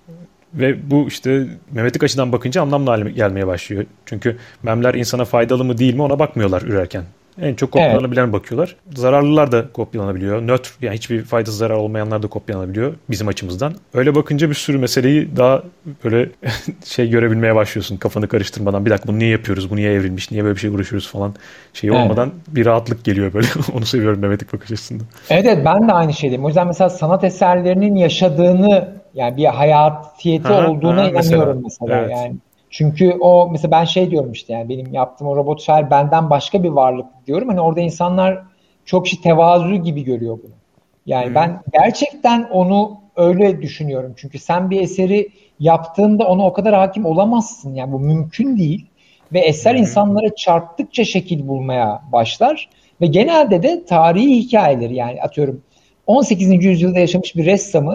Ve bu işte memetik açıdan bakınca anlamlı hale gelmeye başlıyor. Çünkü memler insana faydalı mı değil mi ona bakmıyorlar ürerken. En çok kopyalanabilen evet. bakıyorlar. Zararlılar da kopyalanabiliyor. Nötr yani hiçbir faydası zarar olmayanlar da kopyalanabiliyor bizim açımızdan. Öyle bakınca bir sürü meseleyi daha böyle şey görebilmeye başlıyorsun kafanı karıştırmadan. Bir dakika bunu niye yapıyoruz? Bu niye evrilmiş? Niye böyle bir şey uğraşıyoruz falan. Şey evet. olmadan bir rahatlık geliyor böyle. Onu seviyorum memetik bakış açısında. Evet, evet ben de aynı şeydeyim. O yüzden mesela sanat eserlerinin yaşadığını yani bir hayatiyeti aha, olduğuna aha, inanıyorum mesela. mesela. Evet. Yani çünkü o mesela ben şey diyorum işte yani benim yaptığım o robot şair benden başka bir varlık diyorum. Hani orada insanlar çok şey tevazu gibi görüyor bunu. Yani hmm. ben gerçekten onu öyle düşünüyorum. Çünkü sen bir eseri yaptığında ona o kadar hakim olamazsın. Yani bu mümkün değil. Ve eser hmm. insanlara çarptıkça şekil bulmaya başlar. Ve genelde de tarihi hikayeleri yani atıyorum on sekizinci yüzyılda yaşamış bir ressamı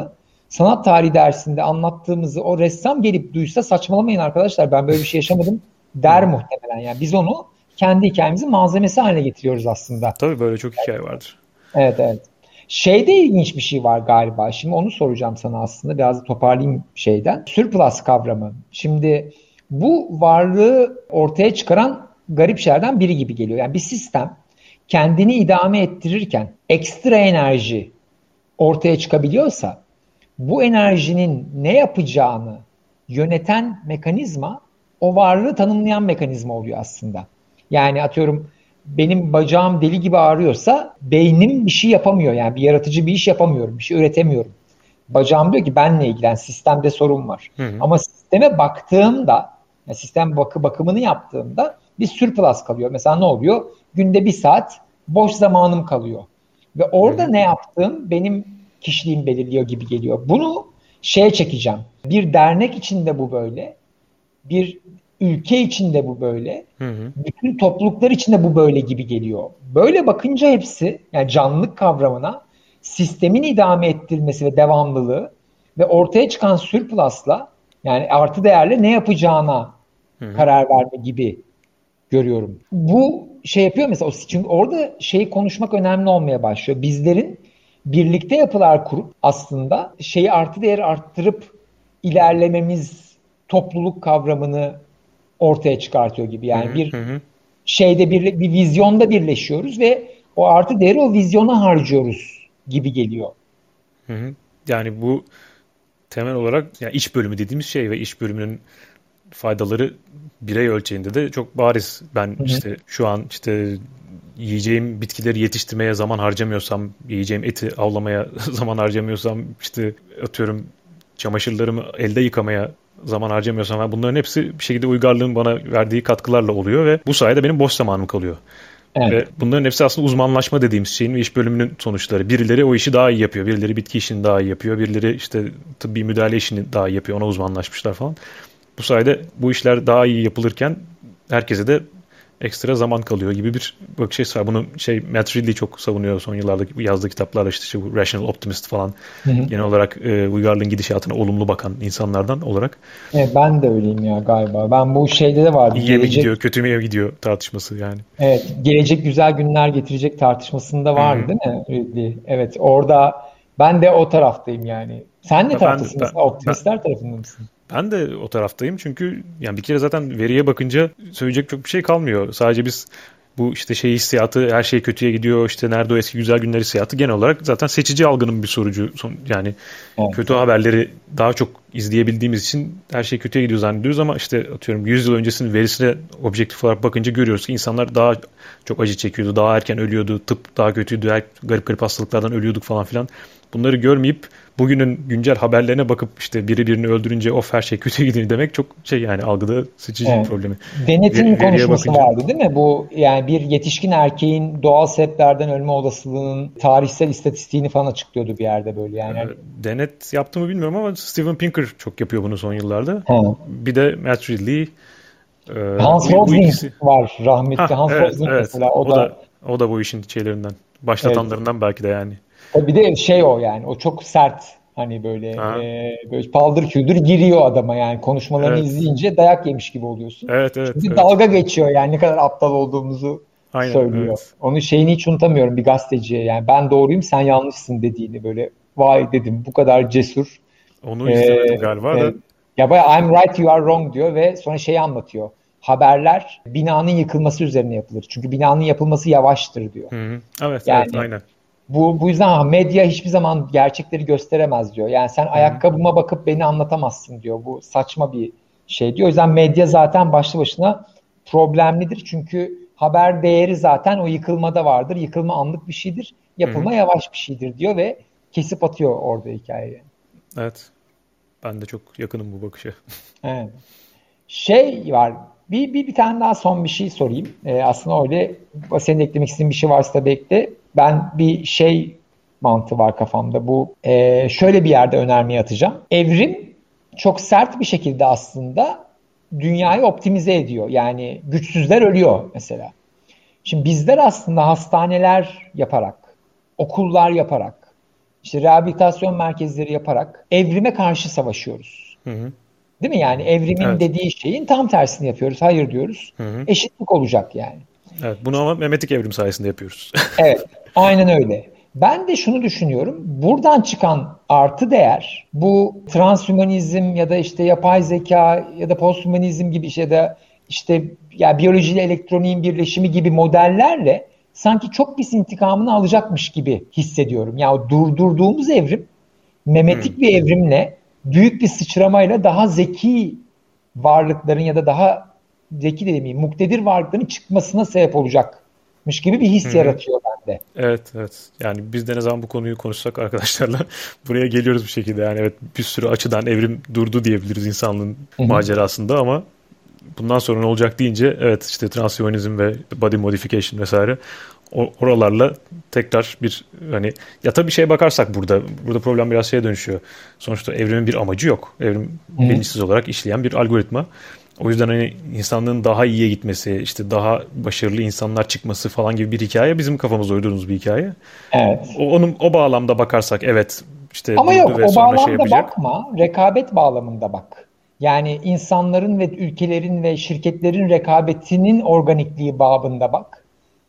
sanat tarihi dersinde anlattığımızı o ressam gelip duysa saçmalamayın arkadaşlar, ben böyle bir şey yaşamadım der muhtemelen. Yani biz onu kendi hikayemizin malzemesi haline getiriyoruz aslında. Tabii böyle çok hikaye vardır. Evet evet. Şeyde ilginç bir şey var galiba. Şimdi onu soracağım sana aslında. Biraz da toparlayayım şeyden. Surplus kavramı. Şimdi bu varlığı ortaya çıkaran garip şeylerden biri gibi geliyor. Yani bir sistem kendini idame ettirirken ekstra enerji ortaya çıkabiliyorsa bu enerjinin ne yapacağını yöneten mekanizma o varlığı tanımlayan mekanizma oluyor aslında. Yani atıyorum benim bacağım deli gibi ağrıyorsa beynim bir şey yapamıyor. Yani bir yaratıcı bir iş yapamıyorum. Bir şey üretemiyorum. Bacağım diyor ki benle ilgilen, sistemde sorun var. Hı hı. Ama sisteme baktığımda, yani sistem bakı bakımını yaptığımda bir surplus kalıyor. Mesela ne oluyor? Günde bir saat boş zamanım kalıyor. Ve orada hı hı. ne yaptığım benim kişiliğim belirliyor gibi geliyor. Bunu şeye çekeceğim. Bir dernek içinde bu böyle. Bir ülke içinde bu böyle. Hı hı. Bütün topluluklar içinde bu böyle gibi geliyor. Böyle bakınca hepsi, yani canlılık kavramına sistemin idame ettirilmesi ve devamlılığı ve ortaya çıkan surplus'la, yani artı değerle ne yapacağına hı hı. karar verme gibi görüyorum. Bu şey yapıyor mesela, çünkü orada şeyi konuşmak önemli olmaya başlıyor. Bizlerin birlikte yapılar kurup aslında şeyi artı değeri arttırıp ilerlememiz topluluk kavramını ortaya çıkartıyor gibi. Yani hı hı, bir hı. şeyde bir, bir vizyonda birleşiyoruz ve o artı değeri o vizyona harcıyoruz gibi geliyor. Hı hı. Yani bu temel olarak yani iş bölümü dediğimiz şey ve iş bölümünün faydaları birey ölçeğinde de çok bariz. Ben hı hı. işte şu an işte yiyeceğim bitkileri yetiştirmeye zaman harcamıyorsam, yiyeceğim eti avlamaya zaman harcamıyorsam, işte atıyorum çamaşırlarımı elde yıkamaya zaman harcamıyorsam, ben bunların hepsi bir şekilde uygarlığın bana verdiği katkılarla oluyor ve bu sayede benim boş zamanım kalıyor. Evet. Ve bunların hepsi aslında uzmanlaşma dediğimiz şeyin ve iş bölümünün sonuçları. Birileri o işi daha iyi yapıyor, birileri bitki işini daha iyi yapıyor, birileri işte tıbbi müdahale işini daha iyi yapıyor, ona uzmanlaşmışlar falan. Bu sayede bu işler daha iyi yapılırken herkese de ekstra zaman kalıyor gibi bir bakış açısı var. Bunu şey Matt Ridley çok savunuyor son yıllarda yazdığı kitaplarla, işte, işte bu Rational Optimist falan. Hı hı. Genel olarak e, uygarlığın gidişatına olumlu bakan insanlardan olarak. Evet, ben de öyleyim ya galiba. Ben bu şeyde de vardı. İyiye gelecek... mi gidiyor, kötü mü gidiyor tartışması yani. Evet, gelecek güzel günler getirecek tartışmasında vardı, hı-hı, değil mi Ridley? Evet, orada ben de o taraftayım yani. Sen ne taraftasın? Ben, ben, optimistler ben, tarafında mısın? Ben de o taraftayım çünkü yani bir kere zaten veriye bakınca söyleyecek çok bir şey kalmıyor. Sadece biz bu işte şey hissiyatı, her şey kötüye gidiyor, işte nerede o eski güzel günler hissiyatı, genel olarak zaten seçici algının bir sonucu. Yani evet, kötü haberleri daha çok izleyebildiğimiz için her şey kötüye gidiyor zannediyoruz ama işte atıyorum yüz yıl öncesinin verisine objektif olarak bakınca görüyoruz ki insanlar daha çok acı çekiyordu, daha erken ölüyordu, tıp daha kötüydü, her garip garip hastalıklardan ölüyorduk falan filan. Bunları görmeyip bugünün güncel haberlerine bakıp işte biri birini öldürünce of her şey kötü gidiyor demek çok şey, yani algıda seçici evet. problemi. Denetim konuşması bakınca... vardı değil mi? Bu yani bir yetişkin erkeğin doğal sebeplerden ölme olasılığının tarihsel istatistiğini falan açıklıyordu bir yerde böyle yani. Ee, denet yaptı mı bilmiyorum ama Steven Pinker çok yapıyor bunu son yıllarda. Ha. Bir de Matt Ridley. E, Hans Rosling ikisi... var rahmetli ha, Hans evet, Rosling evet. mesela. O, o da, da o da bu işin şeylerinden, başlatanlarından evet. belki de yani. Bir de şey o yani o çok sert hani böyle, e, böyle paldır küldür giriyor adama yani konuşmalarını evet. izleyince dayak yemiş gibi oluyorsun. Evet evet. Çünkü evet. dalga geçiyor yani ne kadar aptal olduğumuzu aynen, söylüyor. Evet. Onun şeyini hiç unutamıyorum bir gazeteciye yani ben doğruyum sen yanlışsın dediğini, böyle vay dedim bu kadar cesur. Onu izlemedim ee, galiba e, da. Ya bayağı I'm right you are wrong diyor ve sonra şeyi anlatıyor. Haberler binanın yıkılması üzerine yapılır. Çünkü binanın yapılması yavaştır diyor. Hı hı. Evet yani, evet aynen. Bu, bu yüzden medya hiçbir zaman gerçekleri gösteremez diyor. Yani sen Hı-hı. ayakkabıma bakıp beni anlatamazsın diyor. Bu saçma bir şey diyor. O yüzden medya zaten başlı başına problemlidir. Çünkü haber değeri zaten o yıkılmada vardır. Yıkılma anlık bir şeydir. Yapılma Hı-hı. yavaş bir şeydir diyor ve kesip atıyor orada hikayeyi. Evet. Ben de çok yakınım bu bakışa. Evet. Şey var. Bir, bir, bir tane daha son bir şey sorayım. Ee, aslında öyle senin eklemek istediğin bir şey varsa da bekle. Ben bir şey mantığı var kafamda. Bu e, şöyle bir yerde önermeyi atacağım. Evrim çok sert bir şekilde aslında dünyayı optimize ediyor. Yani güçsüzler ölüyor mesela. Şimdi bizler aslında hastaneler yaparak, okullar yaparak, işte rehabilitasyon merkezleri yaparak evrime karşı savaşıyoruz. Hı hı. Değil mi? Yani evrimin evet. dediği şeyin tam tersini yapıyoruz. Hayır diyoruz. Hı hı. Eşitlik olacak yani. Evet, bunu ama memetik evrim sayesinde yapıyoruz. Evet, aynen öyle. Ben de şunu düşünüyorum. Buradan çıkan artı değer, bu transhümanizm ya da işte yapay zeka ya da posthümanizm gibi şey ya da işte ya biyolojiyle elektroniğin birleşimi gibi modellerle sanki çok pis intikamını alacakmış gibi hissediyorum. Ya yani durdurduğumuz evrim memetik hmm. bir evrimle büyük bir sıçramayla daha zeki varlıkların ya da daha zeki de demeyeyim, muktedir varlıkların çıkmasına sebep olacakmış gibi bir his hmm. yaratıyor bende. Evet, evet. Yani biz de ne zaman bu konuyu konuşsak arkadaşlarla buraya geliyoruz bir şekilde. Yani evet, bir sürü açıdan evrim durdu diyebiliriz insanlığın Hı-hı. macerasında ama bundan sonra ne olacak deyince evet işte transhumanizm ve body modification vesaire oralarla tekrar bir hani ya tabii şeye bakarsak burada burada problem biraz şeye dönüşüyor. Sonuçta evrimin bir amacı yok. Evrim Hı-hı. bilinçsiz olarak işleyen bir algoritma. O yüzden hani insanlığın daha iyiye gitmesi, işte daha başarılı insanlar çıkması falan gibi bir hikaye bizim kafamızda uydurduğumuz bir hikaye. Evet. O, onun o bağlamda bakarsak evet işte ama yok o bağlamda şey bakma, rekabet bağlamında bak. Yani insanların ve ülkelerin ve şirketlerin rekabetinin organikliği babında bak.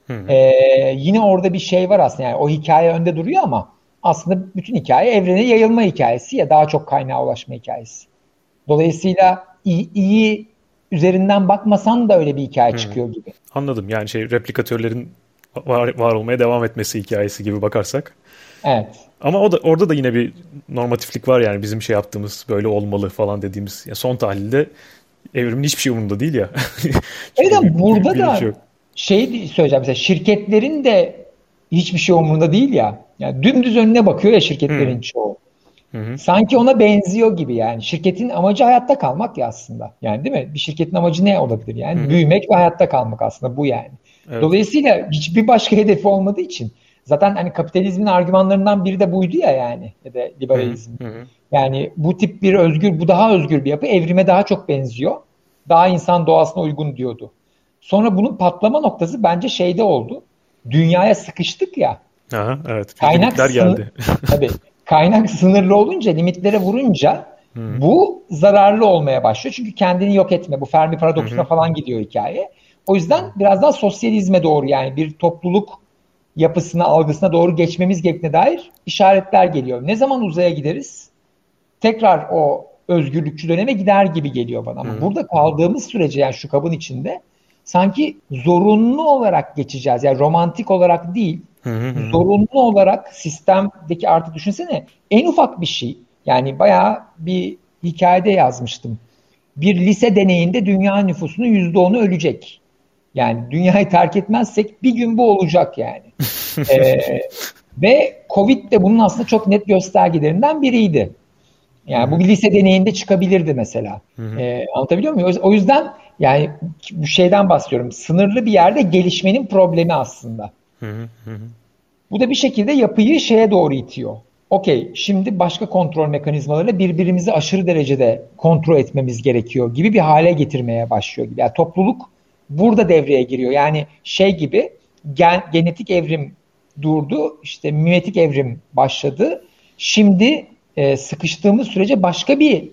Ee, yine orada bir şey var aslında. Yani o hikaye önde duruyor ama aslında bütün hikaye evrene yayılma hikayesi ya daha çok kaynağa ulaşma hikayesi. Dolayısıyla iyi, iyi üzerinden bakmasan da öyle bir hikaye hmm. çıkıyor gibi. Anladım. Yani şey replikatörlerin var, var olmaya devam etmesi hikayesi gibi bakarsak. Evet. Ama o da orada da yine bir normatiflik var yani bizim şey yaptığımız böyle olmalı falan dediğimiz. Ya son tahlilde evrimin hiçbir şey umurunda değil ya. Evet ama burada da şey, şey söyleyeceğim mesela şirketlerin de hiçbir şey umurunda değil ya. Yani dümdüz önüne bakıyor ya şirketlerin hmm. çoğu. Hı hı. Sanki ona benziyor gibi yani. Şirketin amacı hayatta kalmak ya aslında. Yani değil mi? Bir şirketin amacı ne olabilir yani? Hı hı. Büyümek ve hayatta kalmak aslında bu yani. Evet. Dolayısıyla hiçbir başka hedefi olmadığı için zaten hani kapitalizmin argümanlarından biri de buydu ya yani ya da liberalizm. Hı hı. Yani bu tip bir özgür, bu daha özgür bir yapı evrime daha çok benziyor. Daha insan doğasına uygun diyordu. Sonra bunun patlama noktası bence şeyde oldu. Dünyaya sıkıştık ya. Aha, evet. Kaynak sınır geldi. Tabii. Kaynak sınırlı olunca, limitlere vurunca hmm. bu zararlı olmaya başlıyor. Çünkü kendini yok etme, bu Fermi paradoksuna hmm. falan gidiyor hikaye. O yüzden hmm. biraz daha sosyalizme doğru yani bir topluluk yapısına, algısına doğru geçmemiz gerektiğine dair işaretler geliyor. Ne zaman uzaya gideriz? Tekrar o özgürlükçü döneme gider gibi geliyor bana. Ama hmm. burada kaldığımız sürece yani şu kabın içinde sanki zorunlu olarak geçeceğiz. Yani romantik olarak değil. Hı hı. Zorunlu olarak sistemdeki artık düşünsene en ufak bir şey yani bayağı bir hikayede yazmıştım. Bir lise deneyinde dünya nüfusunun yüzde onu ölecek. Yani dünyayı terk etmezsek bir gün bu olacak yani. ee, ve Covid de bunun aslında çok net göstergelerinden biriydi. Yani hı hı. bu bir lise deneyinde çıkabilirdi mesela. Hı hı. Ee, anlatabiliyor muyum? O yüzden yani bu şeyden bahsediyorum. Sınırlı bir yerde gelişmenin problemi aslında. Hı hı. Bu da bir şekilde yapıyı şeye doğru itiyor. Okey, şimdi başka kontrol mekanizmalarıyla birbirimizi aşırı derecede kontrol etmemiz gerekiyor gibi bir hale getirmeye başlıyor gibi. Yani topluluk burada devreye giriyor. Yani şey gibi gen, genetik evrim durdu, işte mimetik evrim başladı. Şimdi e, sıkıştığımız sürece başka bir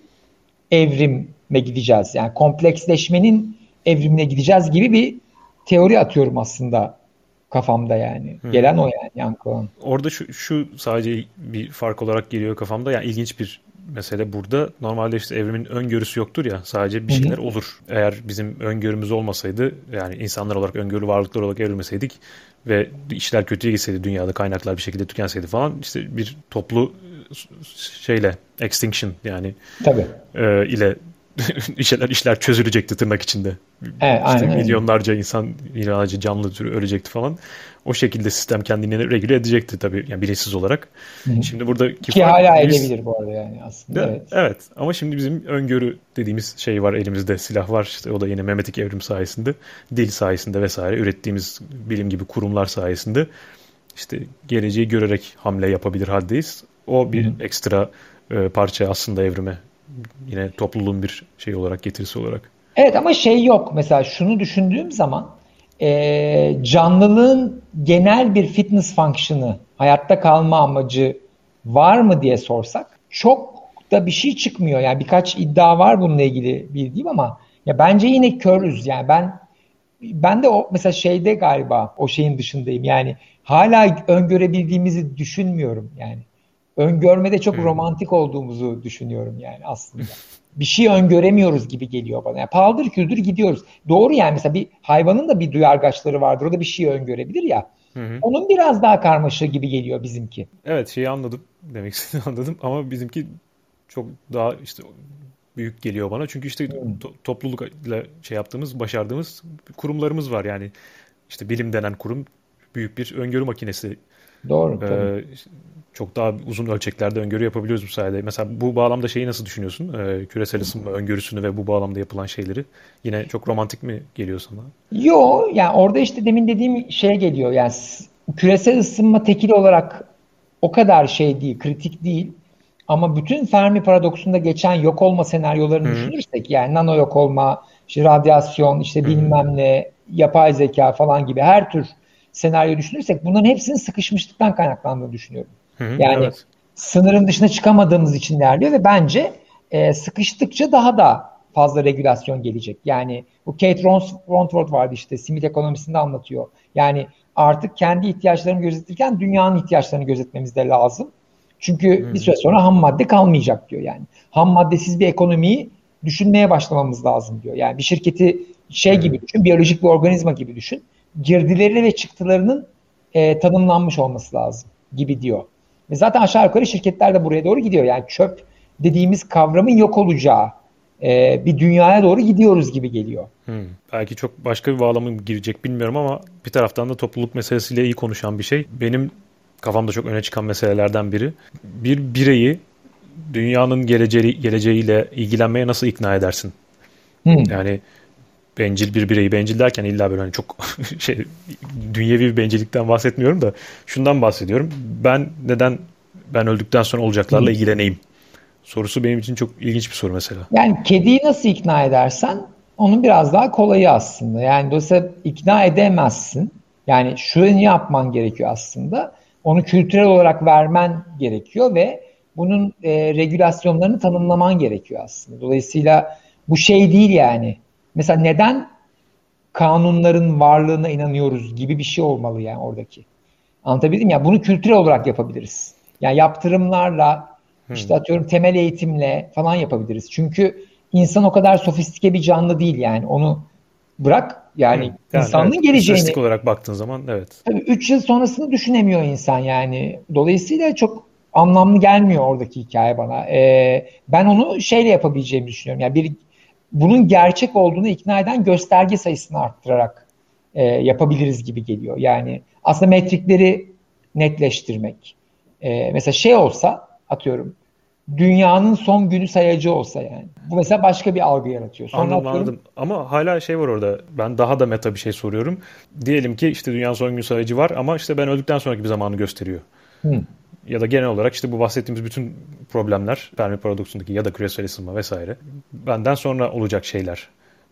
evrime gideceğiz. Yani kompleksleşmenin evrimine gideceğiz gibi bir teori atıyorum aslında kafamda yani. Hmm. Gelen o yani yankılan. Orada şu, şu sadece bir fark olarak geliyor kafamda. Yani ilginç bir mesele burada. Normalde işte evrimin öngörüsü yoktur ya. Sadece bir şeyler Hı-hı. olur. Eğer bizim öngörümüz olmasaydı yani insanlar olarak öngörülü varlıklar olarak evrilmeseydik ve işler kötüye gitseydi dünyada kaynaklar bir şekilde tükenseydi falan işte bir toplu şeyle extinction yani Tabii. E, ile işler işler çözülecekti tırnak içinde. Evet, işte aynen, milyonlarca aynen. insan, milyonlarca canlı türü ölecekti falan. O şekilde sistem kendini regüle edecekti tabii yani bilinçsiz olarak. Hı-hı. Şimdi burada ki hala biz, edebilir bu arada yani aslında. De, evet. evet. Ama şimdi bizim öngörü dediğimiz şey var elimizde, silah var. İşte o da yine memetik evrim sayesinde, dil sayesinde vesaire ürettiğimiz bilim gibi kurumlar sayesinde işte geleceği görerek hamle yapabilir haldeyiz. O bir Hı-hı. ekstra e, parça aslında evrime. Yine topluluğun bir şey olarak, getirisi olarak. Evet ama şey yok. Mesela şunu düşündüğüm zaman e, canlılığın genel bir fitness function'ı, hayatta kalma amacı var mı diye sorsak çok da bir şey çıkmıyor. Yani birkaç iddia var bununla ilgili bildiğim ama ya bence yine körüz. Yani ben ben de o mesela şeyde galiba o şeyin dışındayım. Yani hala öngörebildiğimizi düşünmüyorum yani. Öngörmede çok hmm. romantik olduğumuzu düşünüyorum yani aslında. Bir şey öngöremiyoruz gibi geliyor bana. Yani paldır küldür gidiyoruz. Doğru yani mesela bir hayvanın da bir duyargaçları vardır. O da bir şey öngörebilir ya. Hı hı. Onun biraz daha karmaşığı gibi geliyor bizimki. Evet şeyi anladım. Demek istediğini anladım ama bizimki çok daha işte büyük geliyor bana. Çünkü işte hmm. to- toplulukla şey yaptığımız, başardığımız kurumlarımız var yani. İşte bilim denen kurum büyük bir öngörü makinesi. Doğru. Ee, çok daha uzun ölçeklerde öngörü yapabiliyoruz bu sayede. Mesela bu bağlamda şeyi nasıl düşünüyorsun? Ee, küresel ısınma öngörüsünü ve bu bağlamda yapılan şeyleri. Yine çok romantik mi geliyor sana? Yo yani orada işte demin dediğim şeye geliyor. Yani küresel ısınma tekil olarak o kadar şey değil, kritik değil. Ama bütün Fermi paradoksunda geçen yok olma senaryolarını Hı-hı. düşünürsek yani nano yok olma, işte radyasyon, işte Hı-hı. bilmem ne, yapay zeka falan gibi her tür senaryo düşünürsek bunların hepsinin sıkışmışlıktan kaynaklandığını düşünüyorum. Hı-hı. Yani evet. sınırın dışına çıkamadığımız için ilerliyor ve bence e, sıkıştıkça daha da fazla regülasyon gelecek. Yani bu Kate Ransford vardı işte simit ekonomisinde anlatıyor. Yani artık kendi ihtiyaçlarını gözetirken dünyanın ihtiyaçlarını gözetmemiz de lazım. Çünkü hmm. bir süre sonra ham madde kalmayacak diyor yani. Ham maddesiz bir ekonomiyi düşünmeye başlamamız lazım diyor. Yani bir şirketi şey hmm. gibi düşün, biyolojik bir organizma gibi düşün. Girdileri ve çıktılarının e, tanımlanmış olması lazım gibi diyor. Ve zaten aşağı yukarı şirketler de buraya doğru gidiyor. Yani çöp dediğimiz kavramın yok olacağı e, bir dünyaya doğru gidiyoruz gibi geliyor. Hmm. Belki çok başka bir bağlamı girecek bilmiyorum ama bir taraftan da topluluk meselesiyle iyi konuşan bir şey. Benim kafamda çok öne çıkan meselelerden biri. Bir bireyi dünyanın geleceği, geleceğiyle ilgilenmeye nasıl ikna edersin? Hmm. Yani bencil bir bireyi, bencil derken illa böyle hani çok şey dünyevi bir bencillikten bahsetmiyorum da şundan bahsediyorum. Ben neden ben öldükten sonra olacaklarla hmm. ilgileneyim? Sorusu benim için çok ilginç bir soru mesela. Yani kediyi nasıl ikna edersen onun biraz daha kolayı aslında. Yani dolayısıyla ikna edemezsin. Yani şunu yapman gerekiyor aslında. Onu kültürel olarak vermen gerekiyor ve bunun e, regülasyonlarını tanımlaman gerekiyor aslında. Dolayısıyla bu şey değil yani. Mesela neden kanunların varlığına inanıyoruz gibi bir şey olmalı yani oradaki. Anlatabildim ya? Bunu kültürel olarak yapabiliriz. Yani yaptırımlarla, hmm. işte atıyorum temel eğitimle falan yapabiliriz. Çünkü insan o kadar sofistike bir canlı değil yani. Onu bırak yani, yani insanlığın evet, geleceğini. İstatistik olarak baktığın zaman evet. Tabii üç yıl sonrasını düşünemiyor insan yani. Dolayısıyla çok anlamlı gelmiyor oradaki hikaye bana. Ee, ben onu şeyle yapabileceğimi düşünüyorum. Yani bir bunun gerçek olduğunu ikna eden gösterge sayısını arttırarak e, yapabiliriz gibi geliyor. Yani aslında metrikleri netleştirmek. E, mesela şey olsa atıyorum dünyanın son günü sayacı olsa yani. Bu mesela başka bir algı yaratıyor. Sonra anladım atıyorum, anladım. Ama hala şey var orada. Ben daha da meta bir şey soruyorum. Diyelim ki işte dünyanın son günü sayacı var ama işte ben öldükten sonraki bir zamanı gösteriyor. Hmm. Ya da genel olarak işte bu bahsettiğimiz bütün problemler, Fermi paradoksundaki ya da küresel ısınma vesaire benden sonra olacak şeyler.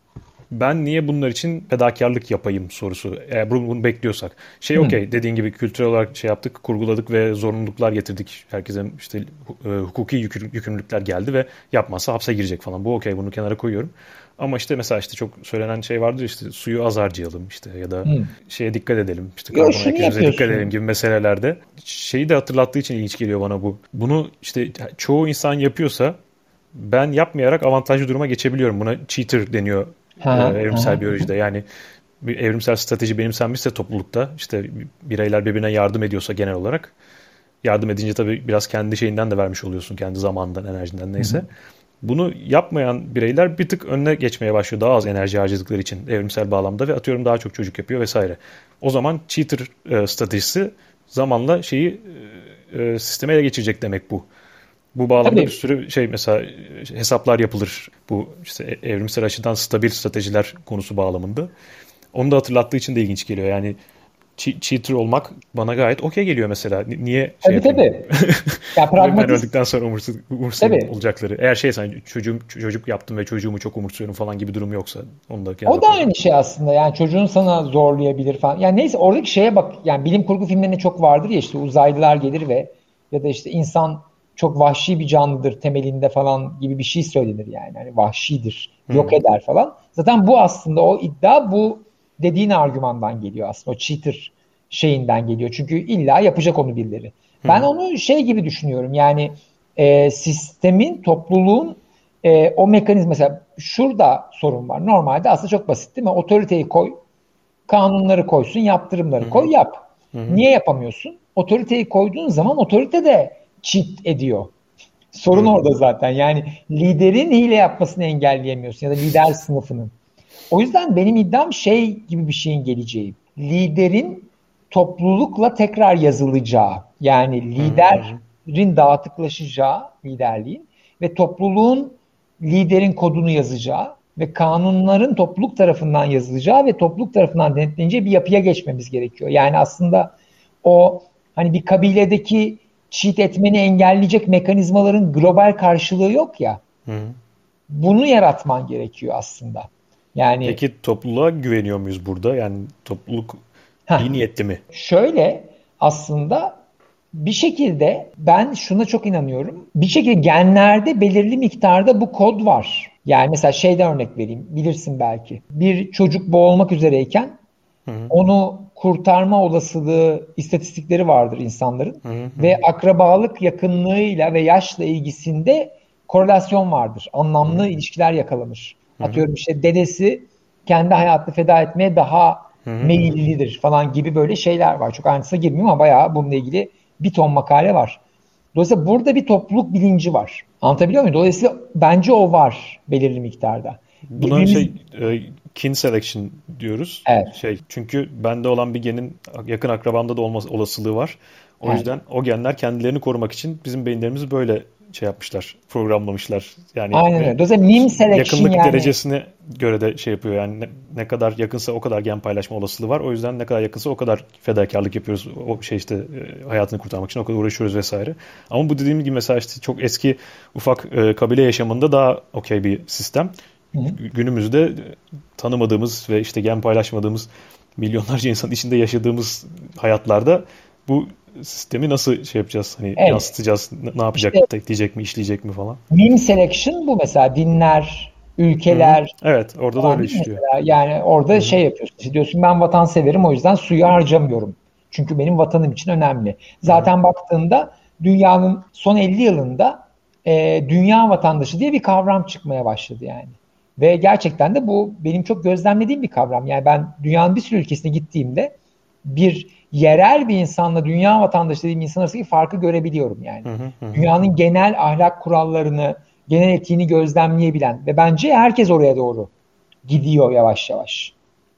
Ben niye bunlar için fedakarlık yapayım sorusu. Eğer bunu, bunu bekliyorsak. Şey okey dediğin gibi kültürel olarak şey yaptık, kurguladık ve zorunluluklar getirdik. Herkese işte e, hukuki yüküm, yükümlülükler geldi ve yapmazsa hapse girecek falan. Bu okey, bunu kenara koyuyorum. Ama işte mesela işte çok söylenen şey vardır işte suyu az harcayalım işte ya da hmm. şeye dikkat edelim. İşte karbon ayak izimize dikkat edelim gibi meselelerde. Şeyi de hatırlattığı için ilginç geliyor bana bu. Bunu işte çoğu insan yapıyorsa ben yapmayarak avantajlı duruma geçebiliyorum. Buna cheater deniyor. Ha, evrimsel ha. biyolojide yani bir evrimsel strateji benimsenmişse toplulukta işte bireyler birbirine yardım ediyorsa genel olarak yardım edince tabii biraz kendi şeyinden de vermiş oluyorsun, kendi zamanından, enerjinden neyse. Hı hı. Bunu yapmayan bireyler bir tık önüne geçmeye başlıyor daha az enerji harcadıkları için evrimsel bağlamda ve atıyorum daha çok çocuk yapıyor vesaire. O zaman cheater e, stratejisi zamanla şeyi e, sisteme ele geçirecek demek bu. Bu bağlamda Tabii. bir sürü şey mesela hesaplar yapılır. Bu işte evrimsel açıdan stabil stratejiler konusu bağlamında. Onu da hatırlattığı için de ilginç geliyor. Yani cheater olmak bana gayet okey geliyor mesela. Niye şey tabii tabii. Ya, pragmatist... Ben öldükten sonra umursuz, umursayım olacakları. Eğer şeysen çocuğum, çocuk yaptım ve çocuğumu çok umursuyorum falan gibi durum yoksa onu da o da aynı şey aslında. Yani çocuğun sana zorlayabilir falan. Yani neyse oradaki şeye bak. Yani bilim kurgu filmlerinde çok vardır ya işte uzaylılar gelir ve ya da işte insan çok vahşi bir canlıdır temelinde falan gibi bir şey söylenir yani. Yani vahşidir, yok Hı. eder falan. Zaten bu aslında o iddia bu dediğin argümandan geliyor aslında. O cheater şeyinden geliyor. Çünkü illa yapacak onu birileri. Ben Hı. onu şey gibi düşünüyorum. Yani e, sistemin, topluluğun e, o mekanizma, mesela şurada sorun var. Normalde aslında çok basit değil mi? Otoriteyi koy, kanunları koysun, Hı yaptırımları hı. koy, yap. Hı hı. Niye yapamıyorsun? Otoriteyi koyduğun zaman otorite de cheat ediyor. Sorun Hı. orada zaten. Yani liderin hile yapmasını engelleyemiyorsun ya da lider sınıfının. O yüzden benim iddiam şey gibi bir şeyin geleceği. Liderin toplulukla tekrar yazılacağı, yani Hı hı. Hı hı. liderin dağıtıklaşacağı liderliğin ve topluluğun liderin kodunu yazacağı ve kanunların topluluk tarafından yazılacağı ve topluluk tarafından denetleneceği bir yapıya geçmemiz gerekiyor. Yani aslında o hani bir kabiledeki cheat etmeni engelleyecek mekanizmaların global karşılığı yok ya. Hı hı. Bunu yaratman gerekiyor aslında. Yani Peki topluluğa güveniyor muyuz burada? Yani topluluk iyi heh, niyetli mi? şöyle aslında bir şekilde ben şuna çok inanıyorum. Bir şekilde genlerde belirli miktarda bu kod var. Yani mesela şeyden örnek vereyim. Bilirsin belki. Bir çocuk boğulmak üzereyken Hı hı. onu kurtarma olasılığı istatistikleri vardır insanların. Hı hı. Ve akrabalık yakınlığıyla ve yaşla ilgisinde korelasyon vardır. Hı hı. Anlamlı ilişkiler yakalanır. Hı hı. Atıyorum işte dedesi kendi hayatını feda etmeye daha Hı hı. meyillidir falan gibi böyle şeyler var. Çok ayrıntısına girmiyorum ama bayağı bununla ilgili bir ton makale var. Dolayısıyla burada bir topluluk bilinci var. Anlatabiliyor muyum? Dolayısıyla bence o var belirli miktarda. Buna Birbirimiz şey e, kin selection diyoruz. evet, Şey çünkü bende olan bir genin yakın akrabamda da olma olasılığı var. O evet. yüzden o genler kendilerini korumak için bizim beyinlerimizi böyle şey yapmışlar, programlamışlar. Yani Aynen ve öyle. Dolayısıyla meme selection yakınlık yani derecesine göre de şey yapıyor. Yani ne, ne kadar yakınsa o kadar gen paylaşma olasılığı var. O yüzden ne kadar yakınsa o kadar fedakarlık yapıyoruz. O şey işte e, hayatını kurtarmak için o kadar uğraşıyoruz vesaire. Ama bu dediğim gibi mesela işte çok eski ufak e, kabile yaşamında daha okey bir sistem. hı hı. Günümüzde tanımadığımız ve işte gen paylaşmadığımız milyonlarca insanın içinde yaşadığımız hayatlarda bu sistemi nasıl şey yapacağız? Hani Evet. yansıtacağız? Ne ne İşte yapacak? Tekleyecek mi? İşleyecek mi falan? meme selection bu mesela dinler, Hı hı. ülkeler Evet, orada da falan öyle değil mi işliyor. mesela? Yani Hı orada hı. şey yapıyorsun. İşte diyorsun ben vatanseverim o yüzden suyu harcamıyorum. Çünkü benim vatanım için önemli. Hı hı. Zaten baktığında dünyanın son elli yılında e, dünya vatandaşı diye bir kavram çıkmaya başladı yani. Ve gerçekten de bu benim çok gözlemlediğim bir kavram. Yani ben dünyanın bir sürü ülkesine gittiğimde bir yerel bir insanla dünya vatandaşı dediğim insan arasındaki farkı görebiliyorum yani. Hı hı. Hı hı. Dünyanın genel ahlak kurallarını, genel etiğini gözlemleyebilen ve bence herkes oraya doğru gidiyor yavaş yavaş.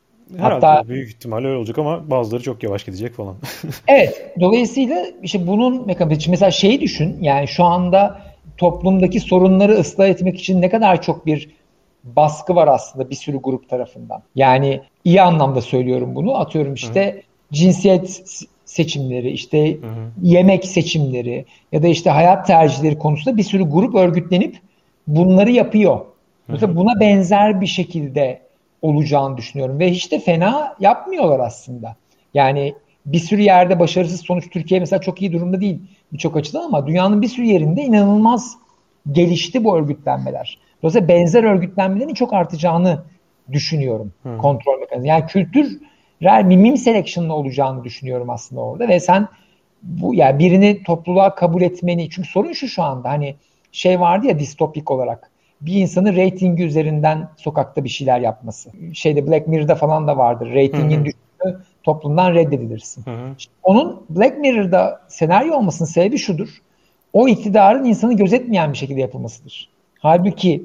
Hatta Herhalde büyük ihtimalle öyle olacak ama bazıları çok yavaş gidecek falan. evet, dolayısıyla işte bunun mekanizması mesela şeyi düşün, yani şu anda toplumdaki sorunları ıslah etmek için ne kadar çok bir baskı var aslında bir sürü grup tarafından. Yani iyi anlamda söylüyorum bunu. Atıyorum Hı hı. işte cinsiyet seçimleri, işte Hı hı. yemek seçimleri ya da işte hayat tercihleri konusunda bir sürü grup örgütlenip bunları yapıyor. Hı Mesela hı. buna benzer bir şekilde olacağını düşünüyorum ve hiç de fena yapmıyorlar aslında. Yani bir sürü yerde başarısız sonuç, Türkiye mesela çok iyi durumda değil birçok açıdan ama dünyanın bir sürü yerinde inanılmaz gelişti bu örgütlenmeler. Dolayısıyla benzer örgütlenmelerin çok artacağını düşünüyorum Hı hı. kontrol mekanizması. Yani kültürel bir meme selection'la olacağını düşünüyorum aslında orada ve sen bu yani birini topluluğa kabul etmeni, çünkü sorun şu şu anda hani şey vardı ya distopik olarak bir insanın reytingi üzerinden sokakta bir şeyler yapması. Şeyde Black Mirror'da falan da vardır. Hı Reytingin hı. düştüğü toplumdan reddedilirsin. Hı hı. Onun Black Mirror'da senaryo olmasının sebebi şudur. O iktidarın insanı gözetmeyen bir şekilde yapılmasıdır. Halbuki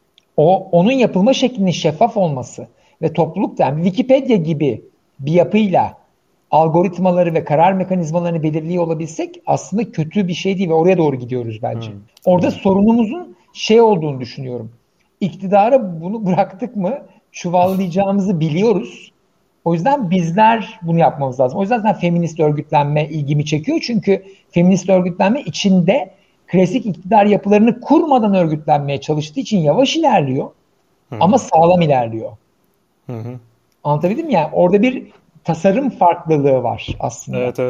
o onun yapılma şeklinin şeffaf olması ve topluluk yani Wikipedia gibi bir yapıyla algoritmaları ve karar mekanizmalarını belirliyor olabilsek aslında kötü bir şey değil ve oraya doğru gidiyoruz bence. Hı. Orada Anladım. sorunumuzun şey olduğunu düşünüyorum. İktidara bunu bıraktık mı çuvallayacağımızı biliyoruz. O yüzden bizler bunu yapmamız lazım. O yüzden zaten feminist örgütlenme ilgimi çekiyor. Çünkü feminist örgütlenme içinde klasik iktidar yapılarını kurmadan örgütlenmeye çalıştığı için yavaş ilerliyor Hı hı. ama sağlam ilerliyor. Hı hı. Anlatabildim mi? Yani orada bir tasarım farklılığı var aslında. Evet, evet.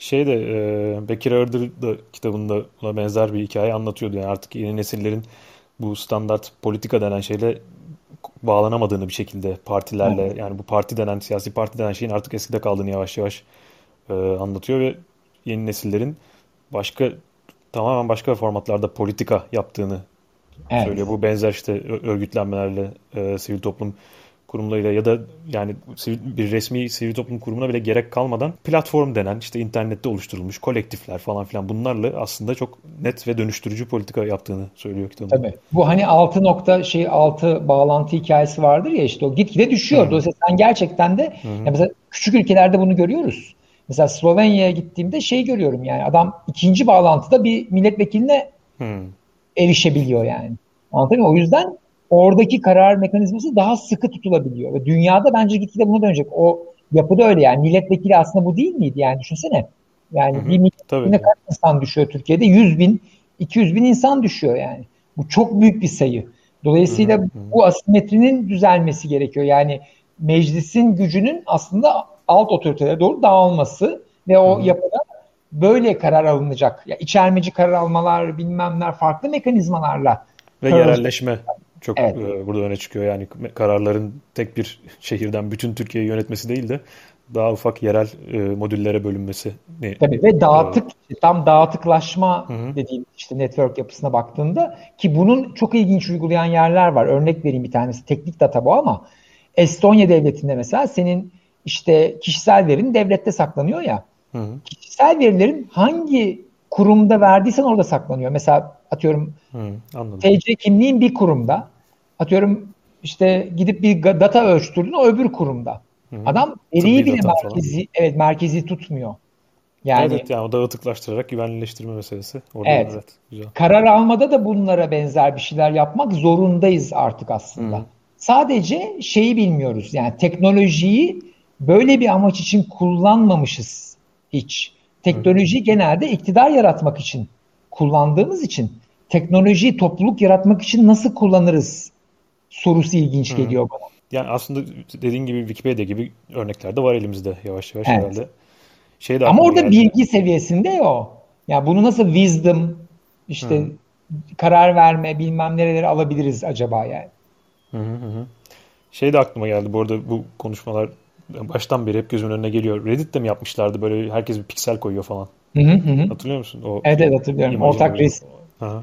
Şey de e, Bekir Ağırdır da kitabında buna benzer bir hikaye anlatıyordu. Yani artık yeni nesillerin bu standart politika denen şeyle bağlanamadığını bir şekilde partilerle, Evet. yani bu parti denen, siyasi parti denen şeyin artık eskide kaldığını yavaş yavaş e, anlatıyor ve yeni nesillerin başka, tamamen başka formatlarda politika yaptığını söylüyor. Evet. Bu benzer işte ö- örgütlenmelerle, e, sivil toplum kurumlarıyla ya da yani sivil, bir resmi sivil toplum kurumuna bile gerek kalmadan platform denen işte internette oluşturulmuş kolektifler falan filan, bunlarla aslında çok net ve dönüştürücü politika yaptığını söylüyor kitabında. Tabii. Bu hani altı nokta şey altı bağlantı hikayesi vardır ya, işte o gitgide Hı düşüyor. hı. Dolayısıyla sen gerçekten de Hı ya hı. mesela küçük ülkelerde bunu görüyoruz. Mesela Slovenya'ya gittiğimde şey görüyorum, yani adam ikinci bağlantıda bir milletvekiline Hı. erişebiliyor yani. Anlatabiliyor muyum? O yüzden oradaki karar mekanizması daha sıkı tutulabiliyor. Ve dünyada bence gitgide buna dönecek. O yapıda öyle yani. Milletvekili aslında bu değil miydi? Yani düşünsene. Hı Yani bir hı. milletvekiline Tabii. kaç insan düşüyor Türkiye'de? yüz bin, iki yüz bin insan düşüyor yani. Bu çok büyük bir sayı. Hı hı. Dolayısıyla Hı hı. bu asimetrinin düzelmesi gerekiyor. Yani meclisin gücünün aslında alt otoritelere doğru dağılması ve Hı o hı. yapıda böyle karar alınacak. Ya içermeci karar almalar, bilmemler, farklı mekanizmalarla Ve karar alacak. yerelleşme çok Evet. e, burada öne çıkıyor. Yani kararların tek bir şehirden bütün Türkiye'yi yönetmesi değil de daha ufak yerel e, modüllere bölünmesi. Ne? Tabii ve E, dağıtık, tam dağıtıklaşma hı hı. dediğim işte network yapısına baktığında, ki bunun çok ilginç uygulayan yerler var. Örnek vereyim bir tanesi. Teknik data bu ama Estonya devletinde mesela senin işte kişisel verin devlette saklanıyor ya. Hı hı. Kişisel verilerin hangi kurumda verdiysen orada saklanıyor. Mesela atıyorum Hı. Anladım. T C kimliğin bir kurumda, atıyorum işte gidip bir data ölçtürdün, o öbür kurumda. Hı hı. Adam veriyi Tıbbi bile data falan. merkezi, evet merkezi tutmuyor. Evet, Yani evet, yani o dağıtıklaştırarak güvenlileştirme meselesi. Orada evet, evet, güzel. karar almada da bunlara benzer bir şeyler yapmak zorundayız artık Hı hı. aslında. Sadece şeyi bilmiyoruz, yani teknolojiyi böyle bir amaç için kullanmamışız hiç. Hı hı. Teknolojiyi genelde iktidar yaratmak için kullandığımız için teknolojiyi topluluk yaratmak için nasıl kullanırız sorusu Hı ilginç hı. geliyor bana. Yani aslında dediğin gibi Wikipedia gibi örnekler de var elimizde yavaş yavaş Evet. herhalde. Şey de Ama aklıma orada geldi. bilgi seviyesinde ya o. Yani bunu nasıl wisdom, Hı işte hı. karar verme bilmem nereleri alabiliriz acaba yani. Hı hı hı. Şey de aklıma geldi. Bu arada bu konuşmalar baştan beri hep gözümün önüne geliyor. Reddit'te mi yapmışlardı? Böyle herkes bir piksel koyuyor falan. Hı hı hı. Hatırlıyor musun? O Evet, şey, evet hatırlıyorum. imajın Ortak imajın. risk. Aha.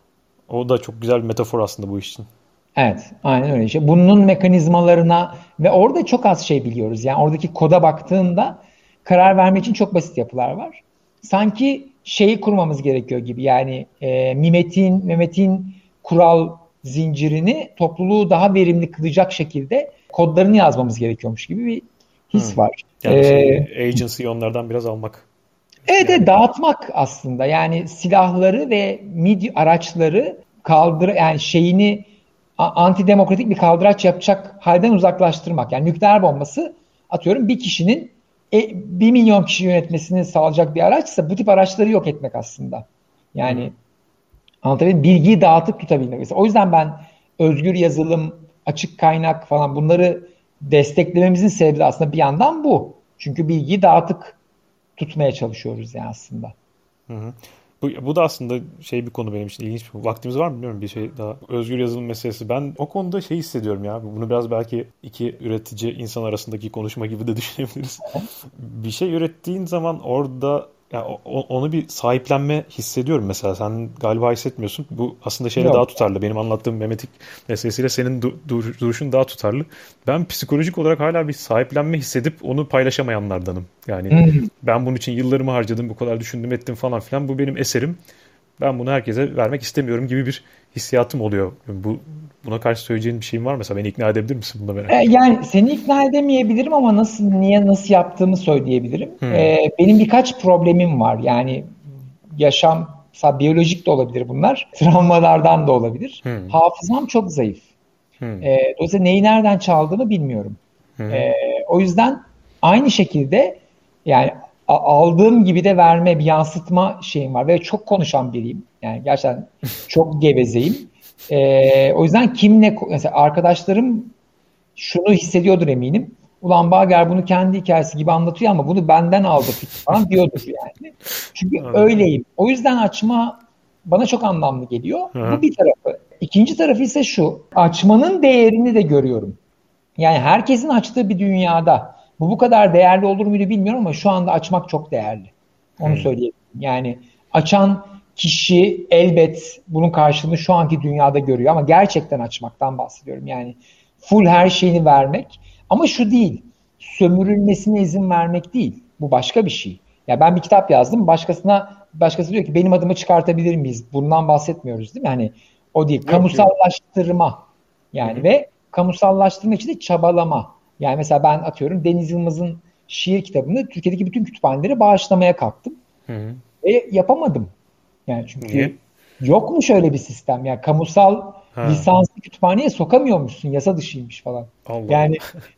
O da çok güzel bir metafor aslında bu iş için. Evet, aynen öyle. İşte bunun mekanizmalarına ve orada çok az şey biliyoruz. Yani oradaki koda baktığında karar vermek için çok basit yapılar var. Sanki şeyi kurmamız gerekiyor gibi. Yani e, Mimet'in, Mehmet'in kural zincirini topluluğu daha verimli kılacak şekilde kodlarını yazmamız gerekiyormuş gibi bir Hı. his var. Yani E, şey, agency'yi onlardan biraz almak. Evet, Yani. evet, dağıtmak aslında. Yani silahları ve midi araçları kaldır, yani şeyini a- antidemokratik bir kaldıraç yapacak halden uzaklaştırmak. Yani nükleer bombası atıyorum bir kişinin e, bir milyon kişi yönetmesini sağlayacak bir araçsa bu tip araçları yok etmek aslında. Hı hı. Yani anlatabildim mi? Bilgiyi dağıtıp tutabilmek. Mesela o yüzden ben özgür yazılım, açık kaynak falan bunları desteklememizin sebebi de aslında bir yandan bu. Çünkü bilgiyi dağıtık tutmaya çalışıyoruz yani aslında. Hı hı. Bu, bu da aslında şey bir konu benim için ilginç. Vaktimiz var mı bilmiyorum, bir şey daha. Özgür yazılım meselesi. Ben o konuda şey hissediyorum ya. Bunu biraz belki iki üretici insan arasındaki konuşma gibi de düşünebiliriz. Bir şey ürettiğin zaman orada ya o- onu bir sahiplenme hissediyorum mesela. Sen galiba hissetmiyorsun. Bu aslında şeyle daha Yok. tutarlı. Benim anlattığım memetik meselesiyle senin du- dur- duruşun daha tutarlı. Ben psikolojik olarak hala bir sahiplenme hissedip onu paylaşamayanlardanım. Yani Hmm. ben bunun için yıllarımı harcadım, bu kadar düşündüm ettim falan filan. Bu benim eserim. Ben bunu herkese vermek istemiyorum gibi bir hissiyatım oluyor. Bu buna karşı söyleyeceğin bir şeyin var mı? Mesela beni ikna edebilir misin? Bunu da E, merak ediyorum. yani seni ikna edemeyebilirim ama nasıl, niye, nasıl yaptığımı söyleyebilirim. Hmm. E, benim birkaç problemim var. Yani yaşam, mesela biyolojik de olabilir bunlar. Travmalardan da olabilir. Hmm. Hafızam çok zayıf. Hmm. E, dolayısıyla neyi nereden çaldığımı bilmiyorum. Hmm. E, o yüzden aynı şekilde yani a- aldığım gibi de verme, bir yansıtma şeyim var. Ve çok konuşan biriyim. Yani gerçekten çok gevezeyim. E, o yüzden kimle, mesela arkadaşlarım şunu hissediyordur eminim. ulan Bağger bunu kendi hikayesi gibi anlatıyor ama bunu benden aldı falan diyordur yani. Çünkü öyleyim. O yüzden açma bana çok anlamlı geliyor. Hı. Bu bir tarafı. İkinci tarafı ise şu. Açmanın değerini de görüyorum. Yani herkesin açtığı bir dünyada bu bu kadar değerli olur muydu bilmiyorum ama şu anda açmak çok değerli. Onu Hı. söyleyeyim. Yani açan kişi elbet bunun karşılığını şu anki dünyada görüyor ama gerçekten açmaktan bahsediyorum. Yani full her şeyini vermek ama şu değil, sömürülmesine izin vermek değil. Bu başka bir şey. Ya ben bir kitap yazdım, başkasına başkası diyor ki benim adımı çıkartabilir miyiz? Bundan bahsetmiyoruz değil mi? Hani o değil. Yok, kamusallaştırma. Yok. Yani Hı-hı. ve kamusallaştırma için de çabalama. Yani mesela ben atıyorum Deniz Yılmaz'ın şiir kitabını Türkiye'deki bütün kütüphanelere bağışlamaya kalktım. Hı-hı. Ve yapamadım. Yani çünkü Niye? Yok mu şöyle bir sistem? Yani kamusal ha. lisanslı kütüphaneye sokamıyormuşsun. Yasa dışıymış falan. Allah. Yani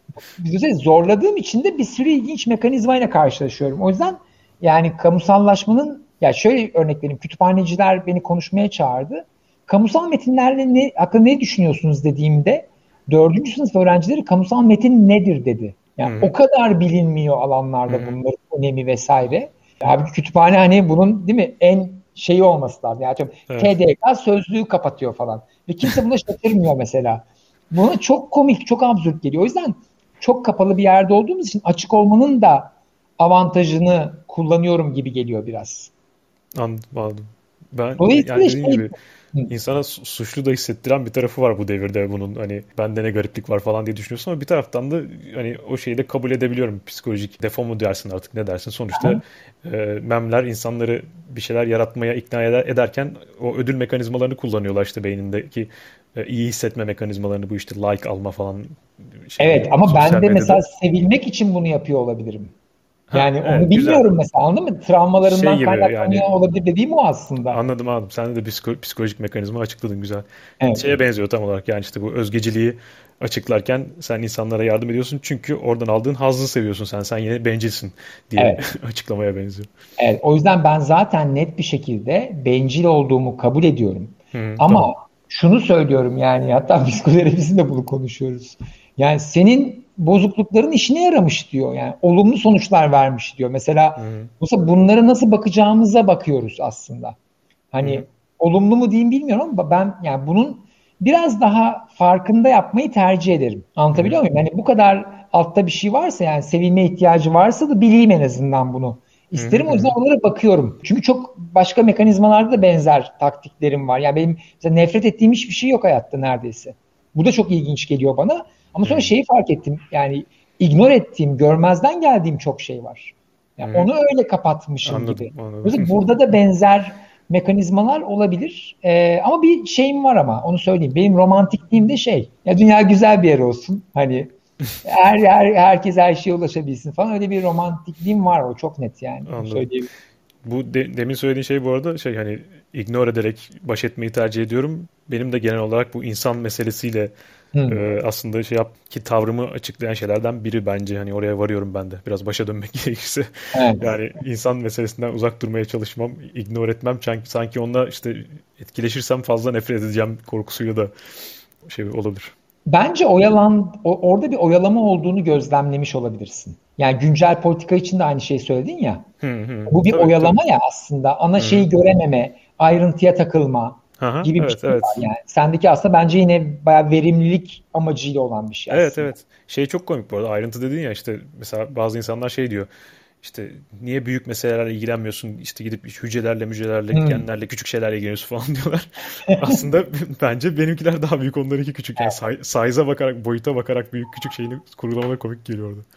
zorladığım için de bir sürü ilginç mekanizmayla karşılaşıyorum. O yüzden yani kamusallaşmanın, ya şöyle örnek vereyim. Kütüphaneciler beni konuşmaya çağırdı. Kamusal metinlerle ne, hakkında ne düşünüyorsunuz dediğimde dördüncü sınıf öğrencileri kamusal metin nedir dedi. Yani Hı-hı. o kadar bilinmiyor alanlarda Hı-hı. bunların önemi vesaire. Abi kütüphane hani bunun değil mi en şeyi olması lazım. Yani evet. T D K sözlüğü kapatıyor falan. Ve kimse buna şaşırmıyor mesela. Buna çok komik, çok absürt geliyor. O yüzden çok kapalı bir yerde olduğumuz için açık olmanın da avantajını kullanıyorum gibi geliyor biraz. Anladım, anladım. Ben yani dediğim şey, gibi insana suçlu da hissettiren bir tarafı var bu devirde bunun. Hani bende ne gariplik var falan diye düşünüyorsun ama bir taraftan da hani o şeyi de kabul edebiliyorum. Psikolojik defo mu dersin artık ne dersin. Sonuçta e, memler insanları bir şeyler yaratmaya ikna eder, ederken o ödül mekanizmalarını kullanıyorlar işte beynindeki e, iyi hissetme mekanizmalarını, bu işte like alma falan. Şey, evet ama ben de medyada mesela sevilmek için bunu yapıyor olabilirim. Yani ha, onu evet, bilmiyorum güzel. Mesela anladın mı? Travmalarından şey kaynaklanıyor yani, olabilir dediğim o aslında. Anladım anladım. Sen de psiko- psikolojik mekanizma açıkladın güzel. Evet. Şeye benziyor tam olarak yani işte bu özgeciliği açıklarken sen insanlara yardım ediyorsun çünkü oradan aldığın hazzı seviyorsun sen. Sen yine bencilsin diye evet. açıklamaya benziyor. Evet o yüzden ben zaten net bir şekilde bencil olduğumu kabul ediyorum. Hı, Ama tamam. şunu söylüyorum yani hatta psikoterapistinde bunu konuşuyoruz. Yani senin bozuklukların işine yaramış diyor. Yani olumlu sonuçlar vermiş diyor. Mesela, mesela bunlara nasıl bakacağımıza bakıyoruz aslında. Hani Hı-hı. olumlu mu diyeyim bilmiyorum ama ben yani bunun biraz daha farkında yapmayı tercih ederim. Anlatabiliyor Hı-hı. muyum? Yani bu kadar altta bir şey varsa yani sevilme ihtiyacı varsa da bileyim en azından bunu. İsterim Hı-hı. o yüzden onlara bakıyorum. Çünkü çok başka mekanizmalarda da benzer taktiklerim var. Yani benim mesela nefret ettiğim hiçbir şey yok hayatta neredeyse. Bu da çok ilginç geliyor bana. Ama sonra hmm. şeyi fark ettim. Yani ignore ettiğim, görmezden geldiğim çok şey var. Yani hmm. onu öyle kapatmışım anladım, gibi. Anladım. Burada da benzer mekanizmalar olabilir. Ee, ama bir şeyim var ama onu söyleyeyim. Benim romantikliğim de şey. Ya dünya güzel bir yer olsun. Hani her, her herkes her şeye ulaşabilsin falan. Öyle bir romantikliğim var. O çok net yani. Söyleyeyim. Bu de, demin söylediğin şey bu arada şey hani ignore ederek baş etmeyi tercih ediyorum. Benim de genel olarak bu insan meselesiyle e, aslında şey yap ki tavrımı açıklayan şeylerden biri bence hani oraya varıyorum ben de. Biraz başa dönmek gerekirse. Evet. Yani insan meselesinden uzak durmaya çalışmam, ignore etmem. Sanki, sanki onunla işte etkileşirsem fazla nefret edeceğim korkusuyla da şey olabilir. Bence oyalan orada bir oyalama olduğunu gözlemlemiş olabilirsin. Yani güncel politika için de aynı şeyi söyledin ya. Hı hı, bu bir tabii, oyalama tabii. ya aslında. Ana hı. şeyi görememe, ayrıntıya takılma Aha, gibi evet, bir şey evet. var yani. Sendeki aslında bence yine bayağı verimlilik amacıyla olan bir şey evet, aslında. Evet evet. Şey çok komik bu arada. Ayrıntı dedin ya işte mesela bazı insanlar şey diyor. İşte niye büyük meselelerle ilgilenmiyorsun? İşte gidip hücrelerle, mücrelerle, hmm. genlerle, küçük şeylerle ilgileniyorsun falan diyorlar. Aslında bence benimkiler daha büyük, onlarınki küçük. Yani size'a bakarak, boyuta bakarak büyük küçük şeyini kurgulamaları komik geliyor orada.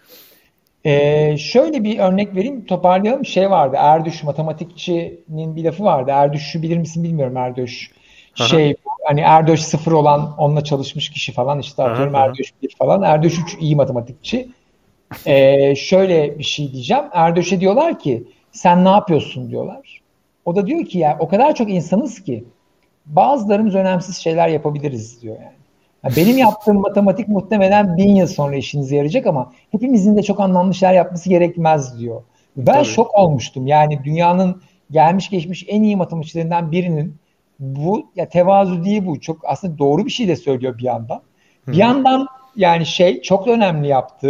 Ee, şöyle bir örnek vereyim, toparlayalım. Şey vardı, Erdős matematikçinin bir lafı vardı. Erdős'ü bilir misin bilmiyorum Erdős. Şey hani Erdős sıfır olan onunla çalışmış kişi falan işte atıyorum Erdős bir falan. Erdős üç iyi matematikçi. Ee, şöyle bir şey diyeceğim. Erdős'e diyorlar ki sen ne yapıyorsun diyorlar. O da diyor ki ya o kadar çok insanız ki bazılarımız önemsiz şeyler yapabiliriz diyor yani. yani benim yaptığım matematik muhtemelen bin yıl sonra işinize yarayacak ama hepimizin de çok anlamlı şeyler yapması gerekmez diyor. Ben Tabii. şok olmuştum. Yani dünyanın gelmiş geçmiş en iyi matematikçilerinden birinin bu ya tevazu değil bu. Çok aslında doğru bir şey de söylüyor bir yandan. Hı. Bir yandan yani şey çok önemli yaptığı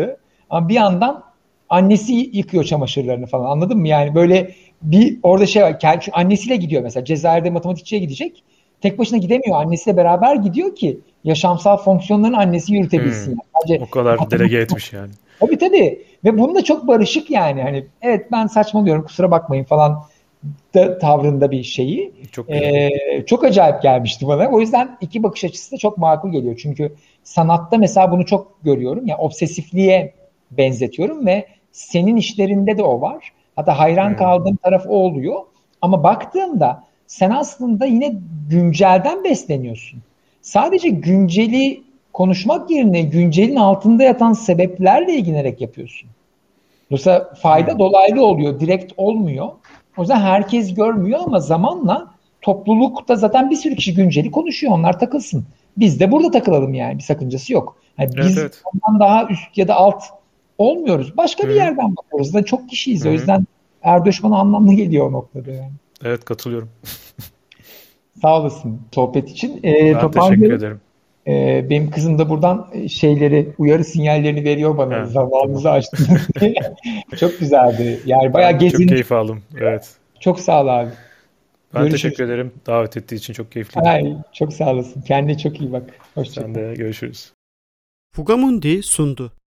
Ama bir yandan annesi yıkıyor çamaşırlarını falan, anladın mı? Yani böyle bir orada şey var. Çünkü annesiyle gidiyor mesela. Cezayir'de matematikçiye gidecek. Tek başına gidemiyor. Annesiyle beraber gidiyor ki yaşamsal fonksiyonlarını annesi yürütebilsin. Hmm. Yani. Bence O kadar delege etmiş yani. Tabii tabii. Ve bunun da çok barışık yani. Hani evet ben saçmalıyorum kusura bakmayın falan da, tavrında bir şeyi. Çok Ee, çok acayip gelmişti bana. O yüzden iki bakış açısı da çok makul geliyor. Çünkü sanatta mesela bunu çok görüyorum. Yani obsesifliğe benzetiyorum ve senin işlerinde de o var. Hatta hayran Hmm. kaldığım taraf o oluyor. Ama baktığımda sen aslında yine güncelden besleniyorsun. Sadece günceli konuşmak yerine güncelin altında yatan sebeplerle ilgilenerek yapıyorsun. Dolayısıyla fayda Hmm. dolaylı oluyor, direkt olmuyor. O yüzden herkes görmüyor ama zamanla toplulukta zaten bir sürü kişi günceli konuşuyor. Onlar takılsın. Biz de burada takılalım yani. Bir sakıncası yok. Yani Evet, biz evet. ondan daha üst ya da alt olmuyoruz. Başka bir Hı-hı. yerden bakıyoruz. Da çok kişiyiz. Hı-hı. O yüzden Erdoş bana anlamlı geliyor o noktada yani. Evet, katılıyorum. Sağ olasın sohbet için. Ee, Ben teşekkür toparlıyorum. ederim. Ee, benim kızım da buradan şeyleri, uyarı sinyallerini veriyor bana. Ha, Zamanınızı tamam. açtınız diye. Çok güzeldi. Yani bayağı Ben çok gezindik. keyif aldım. Evet. Çok sağ ol abi. Ben Görüşürüz. teşekkür ederim. Davet ettiği için çok keyifliydi. Ay, çok sağ olasın. Kendine çok iyi bak. Hoşça Sen kal. de görüşürüz. Fugamundi sundu.